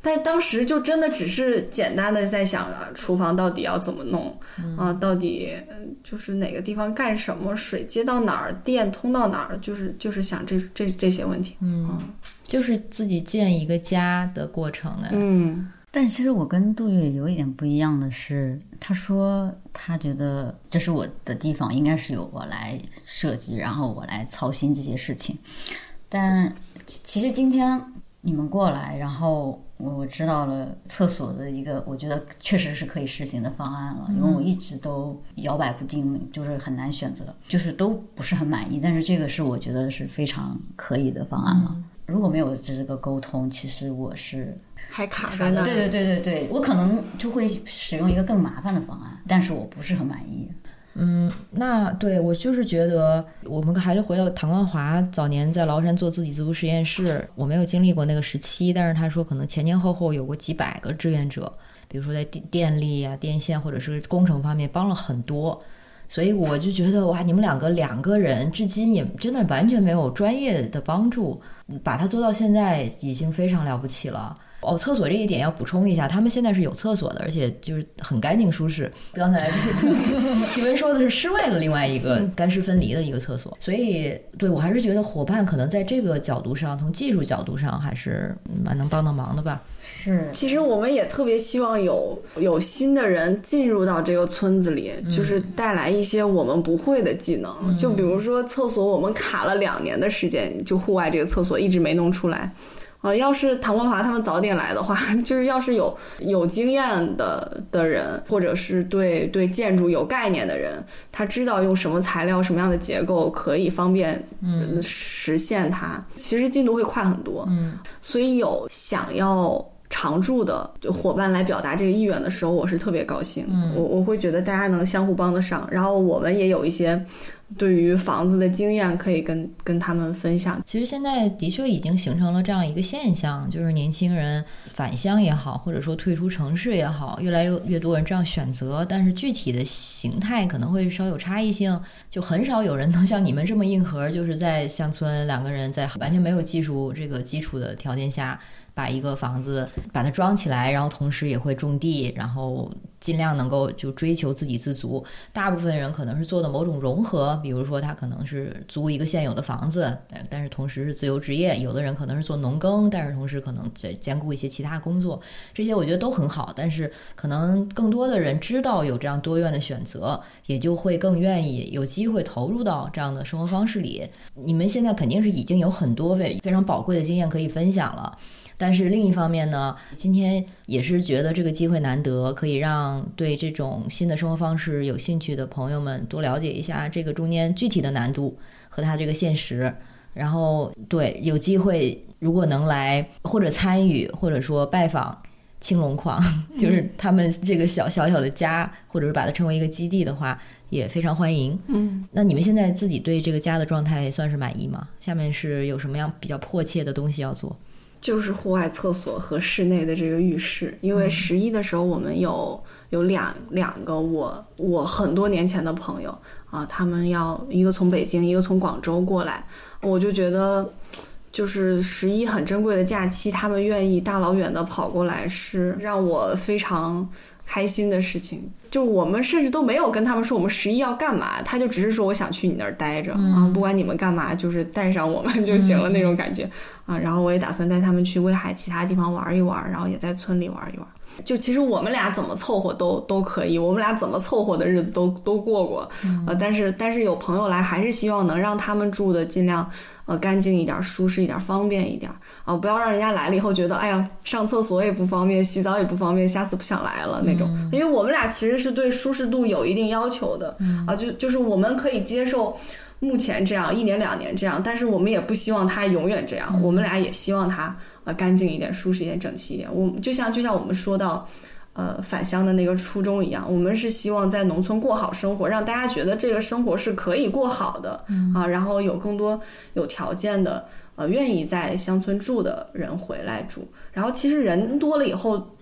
但是当时就真的只是简单的在想啊，厨房到底要怎么弄、嗯、啊，到底就是哪个地方干什么，水接到哪儿，电通到哪儿，就是就是想这这这些问题。 嗯，嗯就是自己建一个家的过程哎。 嗯， 但其实我跟杜月有一点不一样的是，他说他觉得这是我的地方，应该是由我来设计，然后我来操心这些事情。但其实今天你们过来，然后我知道了厕所的一个我觉得确实是可以实行的方案了，因为我一直都摇摆不定，就是很难选择，就是都不是很满意，但是这个是我觉得是非常可以的方案了。如果没有这个沟通，其实我是还卡在那。 对对对对对，我可能就会使用一个更麻烦的方案，但是我不是很满意。 嗯，那对我就是觉得，我们还是回到唐冠华早年在崂山做自给自足实验室，我没有经历过那个时期，但是他说可能前前后后有过几百个志愿者，比如说在电力啊、电线或者是工程方面帮了很多，所以我就觉得哇，你们两个两个人至今也真的完全没有专业的帮助，把它做到现在已经非常了不起了。哦，厕所这一点要补充一下，他们现在是有厕所的，而且就是很干净舒适。刚才提文说的是室外的另外一个干湿分离的一个厕所，所以对我还是觉得伙伴可能在这个角度上，从技术角度上还是蛮能帮到忙的吧。 是， 其实我们也特别希望有有新的人进入到这个村子里、嗯、就是带来一些我们不会的技能、嗯、就比如说厕所我们卡了两年的时间，就户外这个厕所一直没弄出来啊，要是唐冠华他们早点来的话，就是要是有有经验的的人，或者是对对建筑有概念的人，他知道用什么材料、什么样的结构可以方便嗯实现它，嗯、其实进度会快很多。 嗯， 所以有想要常驻的就伙伴来表达这个意愿的时候，我是特别高兴。 嗯， 我我会觉得大家能相互帮得上，然后我们也有一些对于房子的经验可以跟跟他们分享。 其实现在的确已经形成了这样一个现象，就是年轻人返乡也好，或者说退出城市也好，越来越多人这样选择，但是具体的形态可能会稍有差异性，就很少有人能像你们这么硬核，就是在乡村两个人在完全没有技术这个基础的条件下把一个房子把它装起来，然后同时也会种地，然后尽量能够就追求自给自足。大部分人可能是做的某种融合，比如说他可能是租一个现有的房子，但是同时是自由职业，有的人可能是做农耕，但是同时可能兼顾一些其他工作，这些我觉得都很好，但是可能更多的人知道有这样多元的选择，也就会更愿意有机会投入到这样的生活方式里。你们现在肯定是已经有很多非非常宝贵的经验可以分享了，但是另一方面呢，今天也是觉得这个机会难得，可以让对这种新的生活方式有兴趣的朋友们多了解一下这个中间具体的难度和它这个现实。然后对，有机会如果能来或者参与或者说拜访青龙矿，就是他们这个小小小的家，或者是把它称为一个基地的话，也非常欢迎。 嗯， 那你们现在自己对这个家的状态算是满意吗？下面是有什么样比较迫切的东西要做？ 就是户外厕所和室内的这个浴室，因为十一的时候我们有有两两个我我很多年前的朋友啊，他们要一个从北京，一个从广州过来，我就觉得就是十一很珍贵的假期，他们愿意大老远的跑过来，是让我非常开心的事情。就我们甚至都没有跟他们说我们十一要干嘛，他就只是说我想去你那儿待着、嗯、啊，不管你们干嘛，就是带上我们就行了、嗯、那种感觉啊。然后我也打算带他们去威海其他地方玩一玩，然后也在村里玩一玩。就其实我们俩怎么凑合都都可以，我们俩怎么凑合的日子都都过过、嗯、呃，但是但是有朋友来，还是希望能让他们住的尽量呃干净一点、舒适一点、方便一点啊，不要让人家来了以后觉得哎呀上厕所也不方便，洗澡也不方便，下次不想来了那种、嗯、因为我们俩其实是对舒适度有一定要求的、嗯、啊，就就是我们可以接受目前这样一年两年这样，但是我们也不希望它永远这样、嗯、我们俩也希望它呃干净一点、舒适一点、整齐一点。我就像就像我们说到呃返乡的那个初衷一样，我们是希望在农村过好生活，让大家觉得这个生活是可以过好的、嗯、啊，然后有更多有条件的呃愿意在乡村住的人回来住。然后其实人多了以后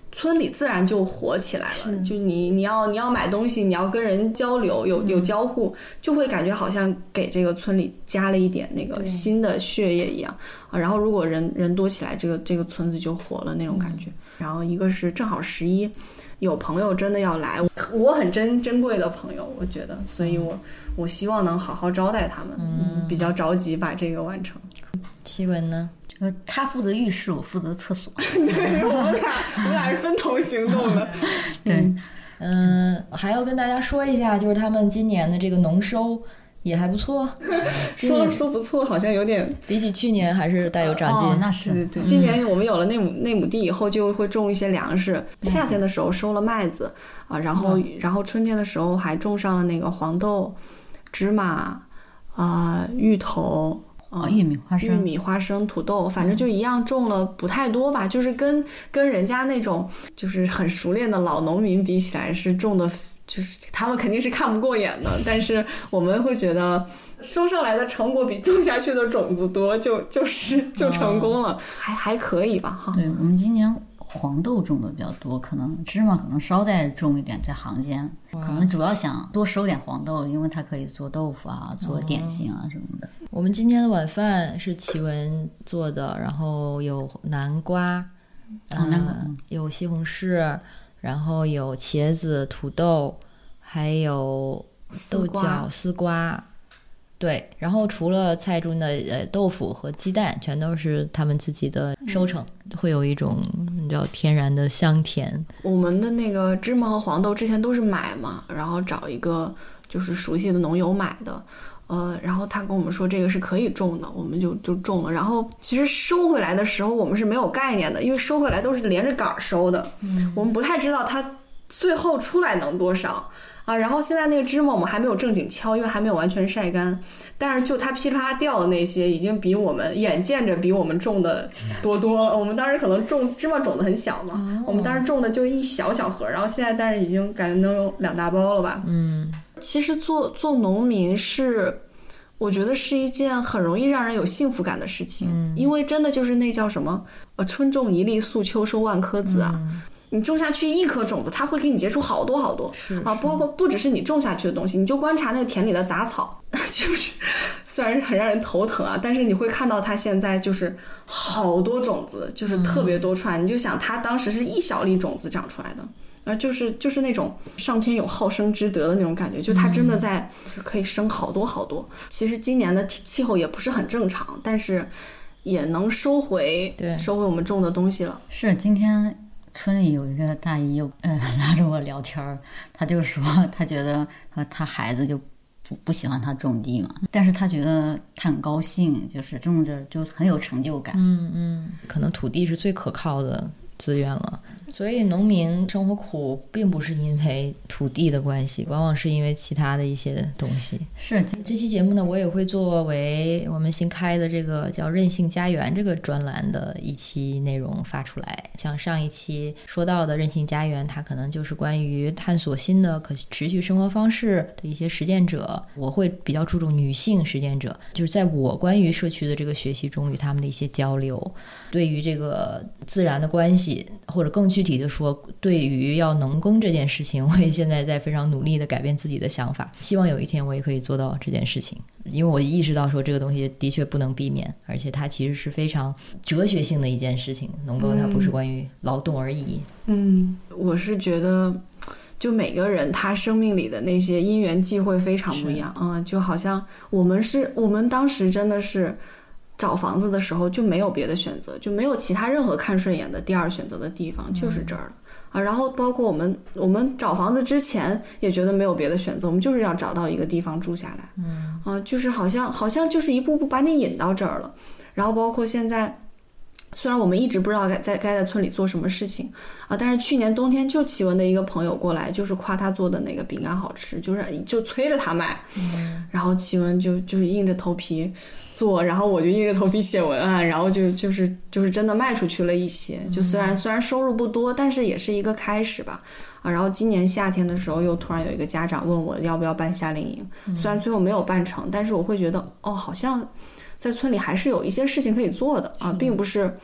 村里自然就活起来了。就你你要你要买东西，你要跟人交流，有有交互，就会感觉好像给这个村里加了一点那个新的血液一样啊。然后如果人人多起来，这个这个村子就活了那种感觉。然后一个是正好十一。有朋友真的要来，我很珍珍贵的朋友，我觉得，所以我我希望能好好招待他们，嗯，比较着急把这个完成。 奇文呢？ 呃，他负责浴室，我负责厕所。 对，我们俩我们俩是分头行动的。 对， 嗯，还要跟大家说一下，就是他们今年的这个农收也还不错， 说说不错，好像有点比起去年还是带有长进。 哦，那是对对对。今年我们有了那亩那亩地以后，就会种一些粮食。夏天的时候收了麦子啊，然后、嗯、然后春天的时候还种上了那个黄豆、芝麻啊、呃、芋头。 啊、嗯，玉米、花生、 玉米、花生、土豆，反正就一样种了，不太多吧。就是跟跟人家那种就是很熟练的老农民比起来，是种的，就是他们肯定是看不过眼的。但是我们会觉得收上来的成果比种下去的种子多，就就是就成功了，哦、还还可以吧？哈。 对，我们今年黄豆种的比较多，可能芝麻可能稍带种一点在行间，可能主要想多收点黄豆，因为它可以做豆腐啊、做点心啊什么的。 我们今天的晚饭是奇文做的，然后有南瓜，嗯、呃，有西红柿，然后有茄子、土豆，还有豆角、丝瓜。对，然后除了菜中的呃豆腐和鸡蛋，全都是他们自己的收成，嗯、会有一种你知道天然的香甜。 我们的那个芝麻和黄豆之前都是买嘛，然后找一个就是熟悉的农友买的。呃，然后他跟我们说这个是可以种的，我们就就种了。然后其实收回来的时候我们是没有概念的，因为收回来都是连着杆收的，嗯、我们不太知道它最后出来能多少啊。然后现在那个芝麻我们还没有正经敲，因为还没有完全晒干。但是就它噼里啪啦掉的那些，已经比我们眼见着比我们种的多多了。我们当时可能种芝麻种子很小嘛，哦、我们当时种的就一小小盒，然后现在但是已经感觉能有两大包了吧。 嗯。 其实做做农民是，我觉得是一件很容易让人有幸福感的事情，嗯、因为真的就是那叫什么，呃，春种一粒粟，秋收万颗子啊。嗯、你种下去一颗种子，它会给你结出好多好多啊！包括不只是你种下去的东西，你就观察那个田里的杂草，就是虽然很让人头疼啊，但是你会看到它现在就是好多种子，就是特别多串。嗯、你就想它当时是一小粒种子长出来的。而就是就是那种上天有好生之德的那种感觉，就它真的在就是可以生好多好多。其实今年的气候也不是很正常，但是也能收回收回我们种的东西了。 是今天村里有一个大姨又呃拉着我聊天，他就说他觉得呃他孩子就不不喜欢他种地嘛，但是他觉得他很高兴，就是种着就很有成就感。 嗯嗯，可能土地是最可靠的资源了。所以农民生活苦并不是因为土地的关系，往往是因为其他的一些东西。 是这期节目呢，我也会作为我们新开的这个叫韧性家园这个专栏的一期内容发出来。像上一期说到的韧性家园，它可能就是关于探索新的可持续生活方式的一些实践者，我会比较注重女性实践者，就是在我关于社区的这个学习中与他们的一些交流，对于这个自然的关系，或者更具体的说，对于要农耕这件事情，我也现在在非常努力的改变自己的想法，希望有一天我也可以做到这件事情。因为我意识到说这个东西的确不能避免，而且它其实是非常哲学性的一件事情，农耕它不是关于劳动而已。 嗯，我是觉得就每个人他生命里的那些因缘际会非常不一样。嗯，就好像我们是我们当时真的是找房子的时候就没有别的选择，就没有其他任何看顺眼的第二选择的地方，就是这儿了。啊，然后包括我们我们找房子之前也觉得没有别的选择，我们就是要找到一个地方住下来。嗯，啊，就是好像好像就是一步步把你引到这儿了。然后包括现在，虽然我们一直不知道该在该在村里做什么事情啊，但是去年冬天就奇文的一个朋友过来，就是夸他做的那个饼干好吃，就是就催着他卖。嗯，然后奇文就就是硬着头皮做，然后我就硬着头皮写文案，然后就就是就是真的卖出去了一些，就虽然虽然收入不多，但是也是一个开始吧。啊，然后今年夏天的时候又突然有一个家长问我要不要办夏令营，嗯、虽然最后没有办成，但是我会觉得哦，好像在村里还是有一些事情可以做的啊，并不是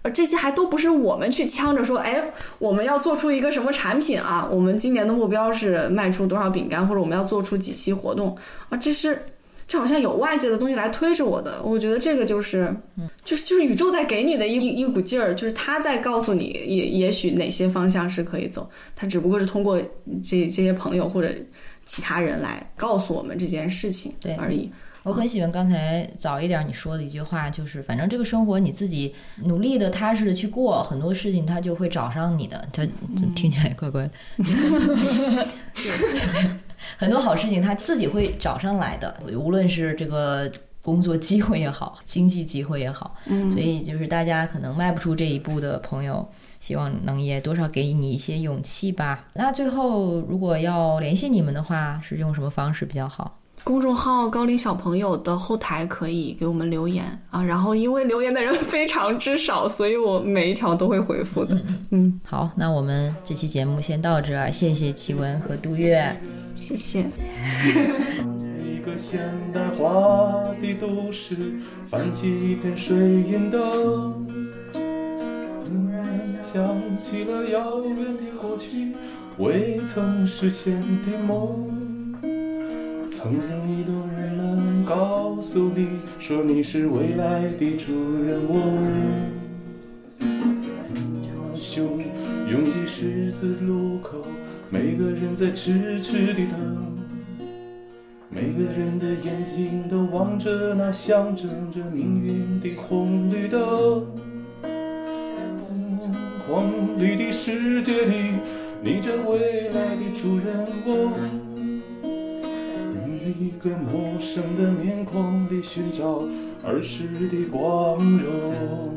而这些还都不是我们去呛着说，哎，我们要做出一个什么产品啊，我们今年的目标是卖出多少饼干，或者我们要做出几期活动啊，这是这好像有外界的东西来推着我的。我觉得这个就是就是就是宇宙在给你的一一股劲儿，就是他在告诉你也也许哪些方向是可以走，他只不过是通过这这些朋友或者其他人来告诉我们这件事情而已。 我很喜欢刚才早一点你说的一句话，就是反正这个生活你自己努力的踏实的去过，很多事情它就会找上你的。它听起来怪怪的很多好事情它自己会找上来的，无论是这个工作机会也好，经济机会也好，所以就是大家可能迈不出这一步的朋友，希望能也多少给你一些勇气吧。那最后如果要联系你们的话，是用什么方式比较好？ 公众号高龄小朋友的后台可以给我们留言啊，然后因为留言的人非常之少，所以我每一条都会回复的。嗯, 嗯好，那我们这期节目先到这儿，谢谢奇文和杜月， 谢谢。 一个现代化的都市，泛起一片水银灯，突然想起了遥远的过去，未曾实现的梦。曾经一度人们告诉你说你是未来的主人翁，这汹涌的十字路口，每个人在痴痴地等，每个人的眼睛都望着那象征着命运的红绿灯。黄绿的世界里，你这未来的主人翁，一个陌生的面孔里寻找儿时的光荣。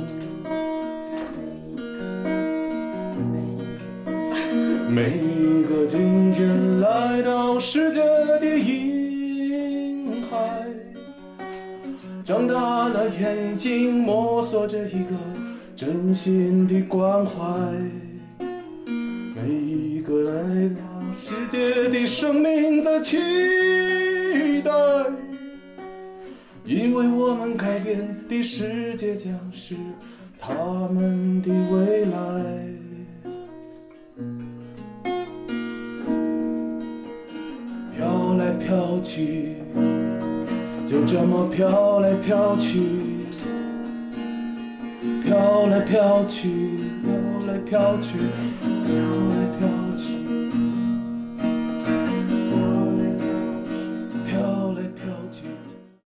每一个今天来到世界的婴孩，长大了眼睛摸索着一个真心的关怀。每一个来到世界的生命在期待，因为我们改变的世界将是他们的未来。飘来飘去，就这么飘来飘去，飘来飘去，飘来飘去，飘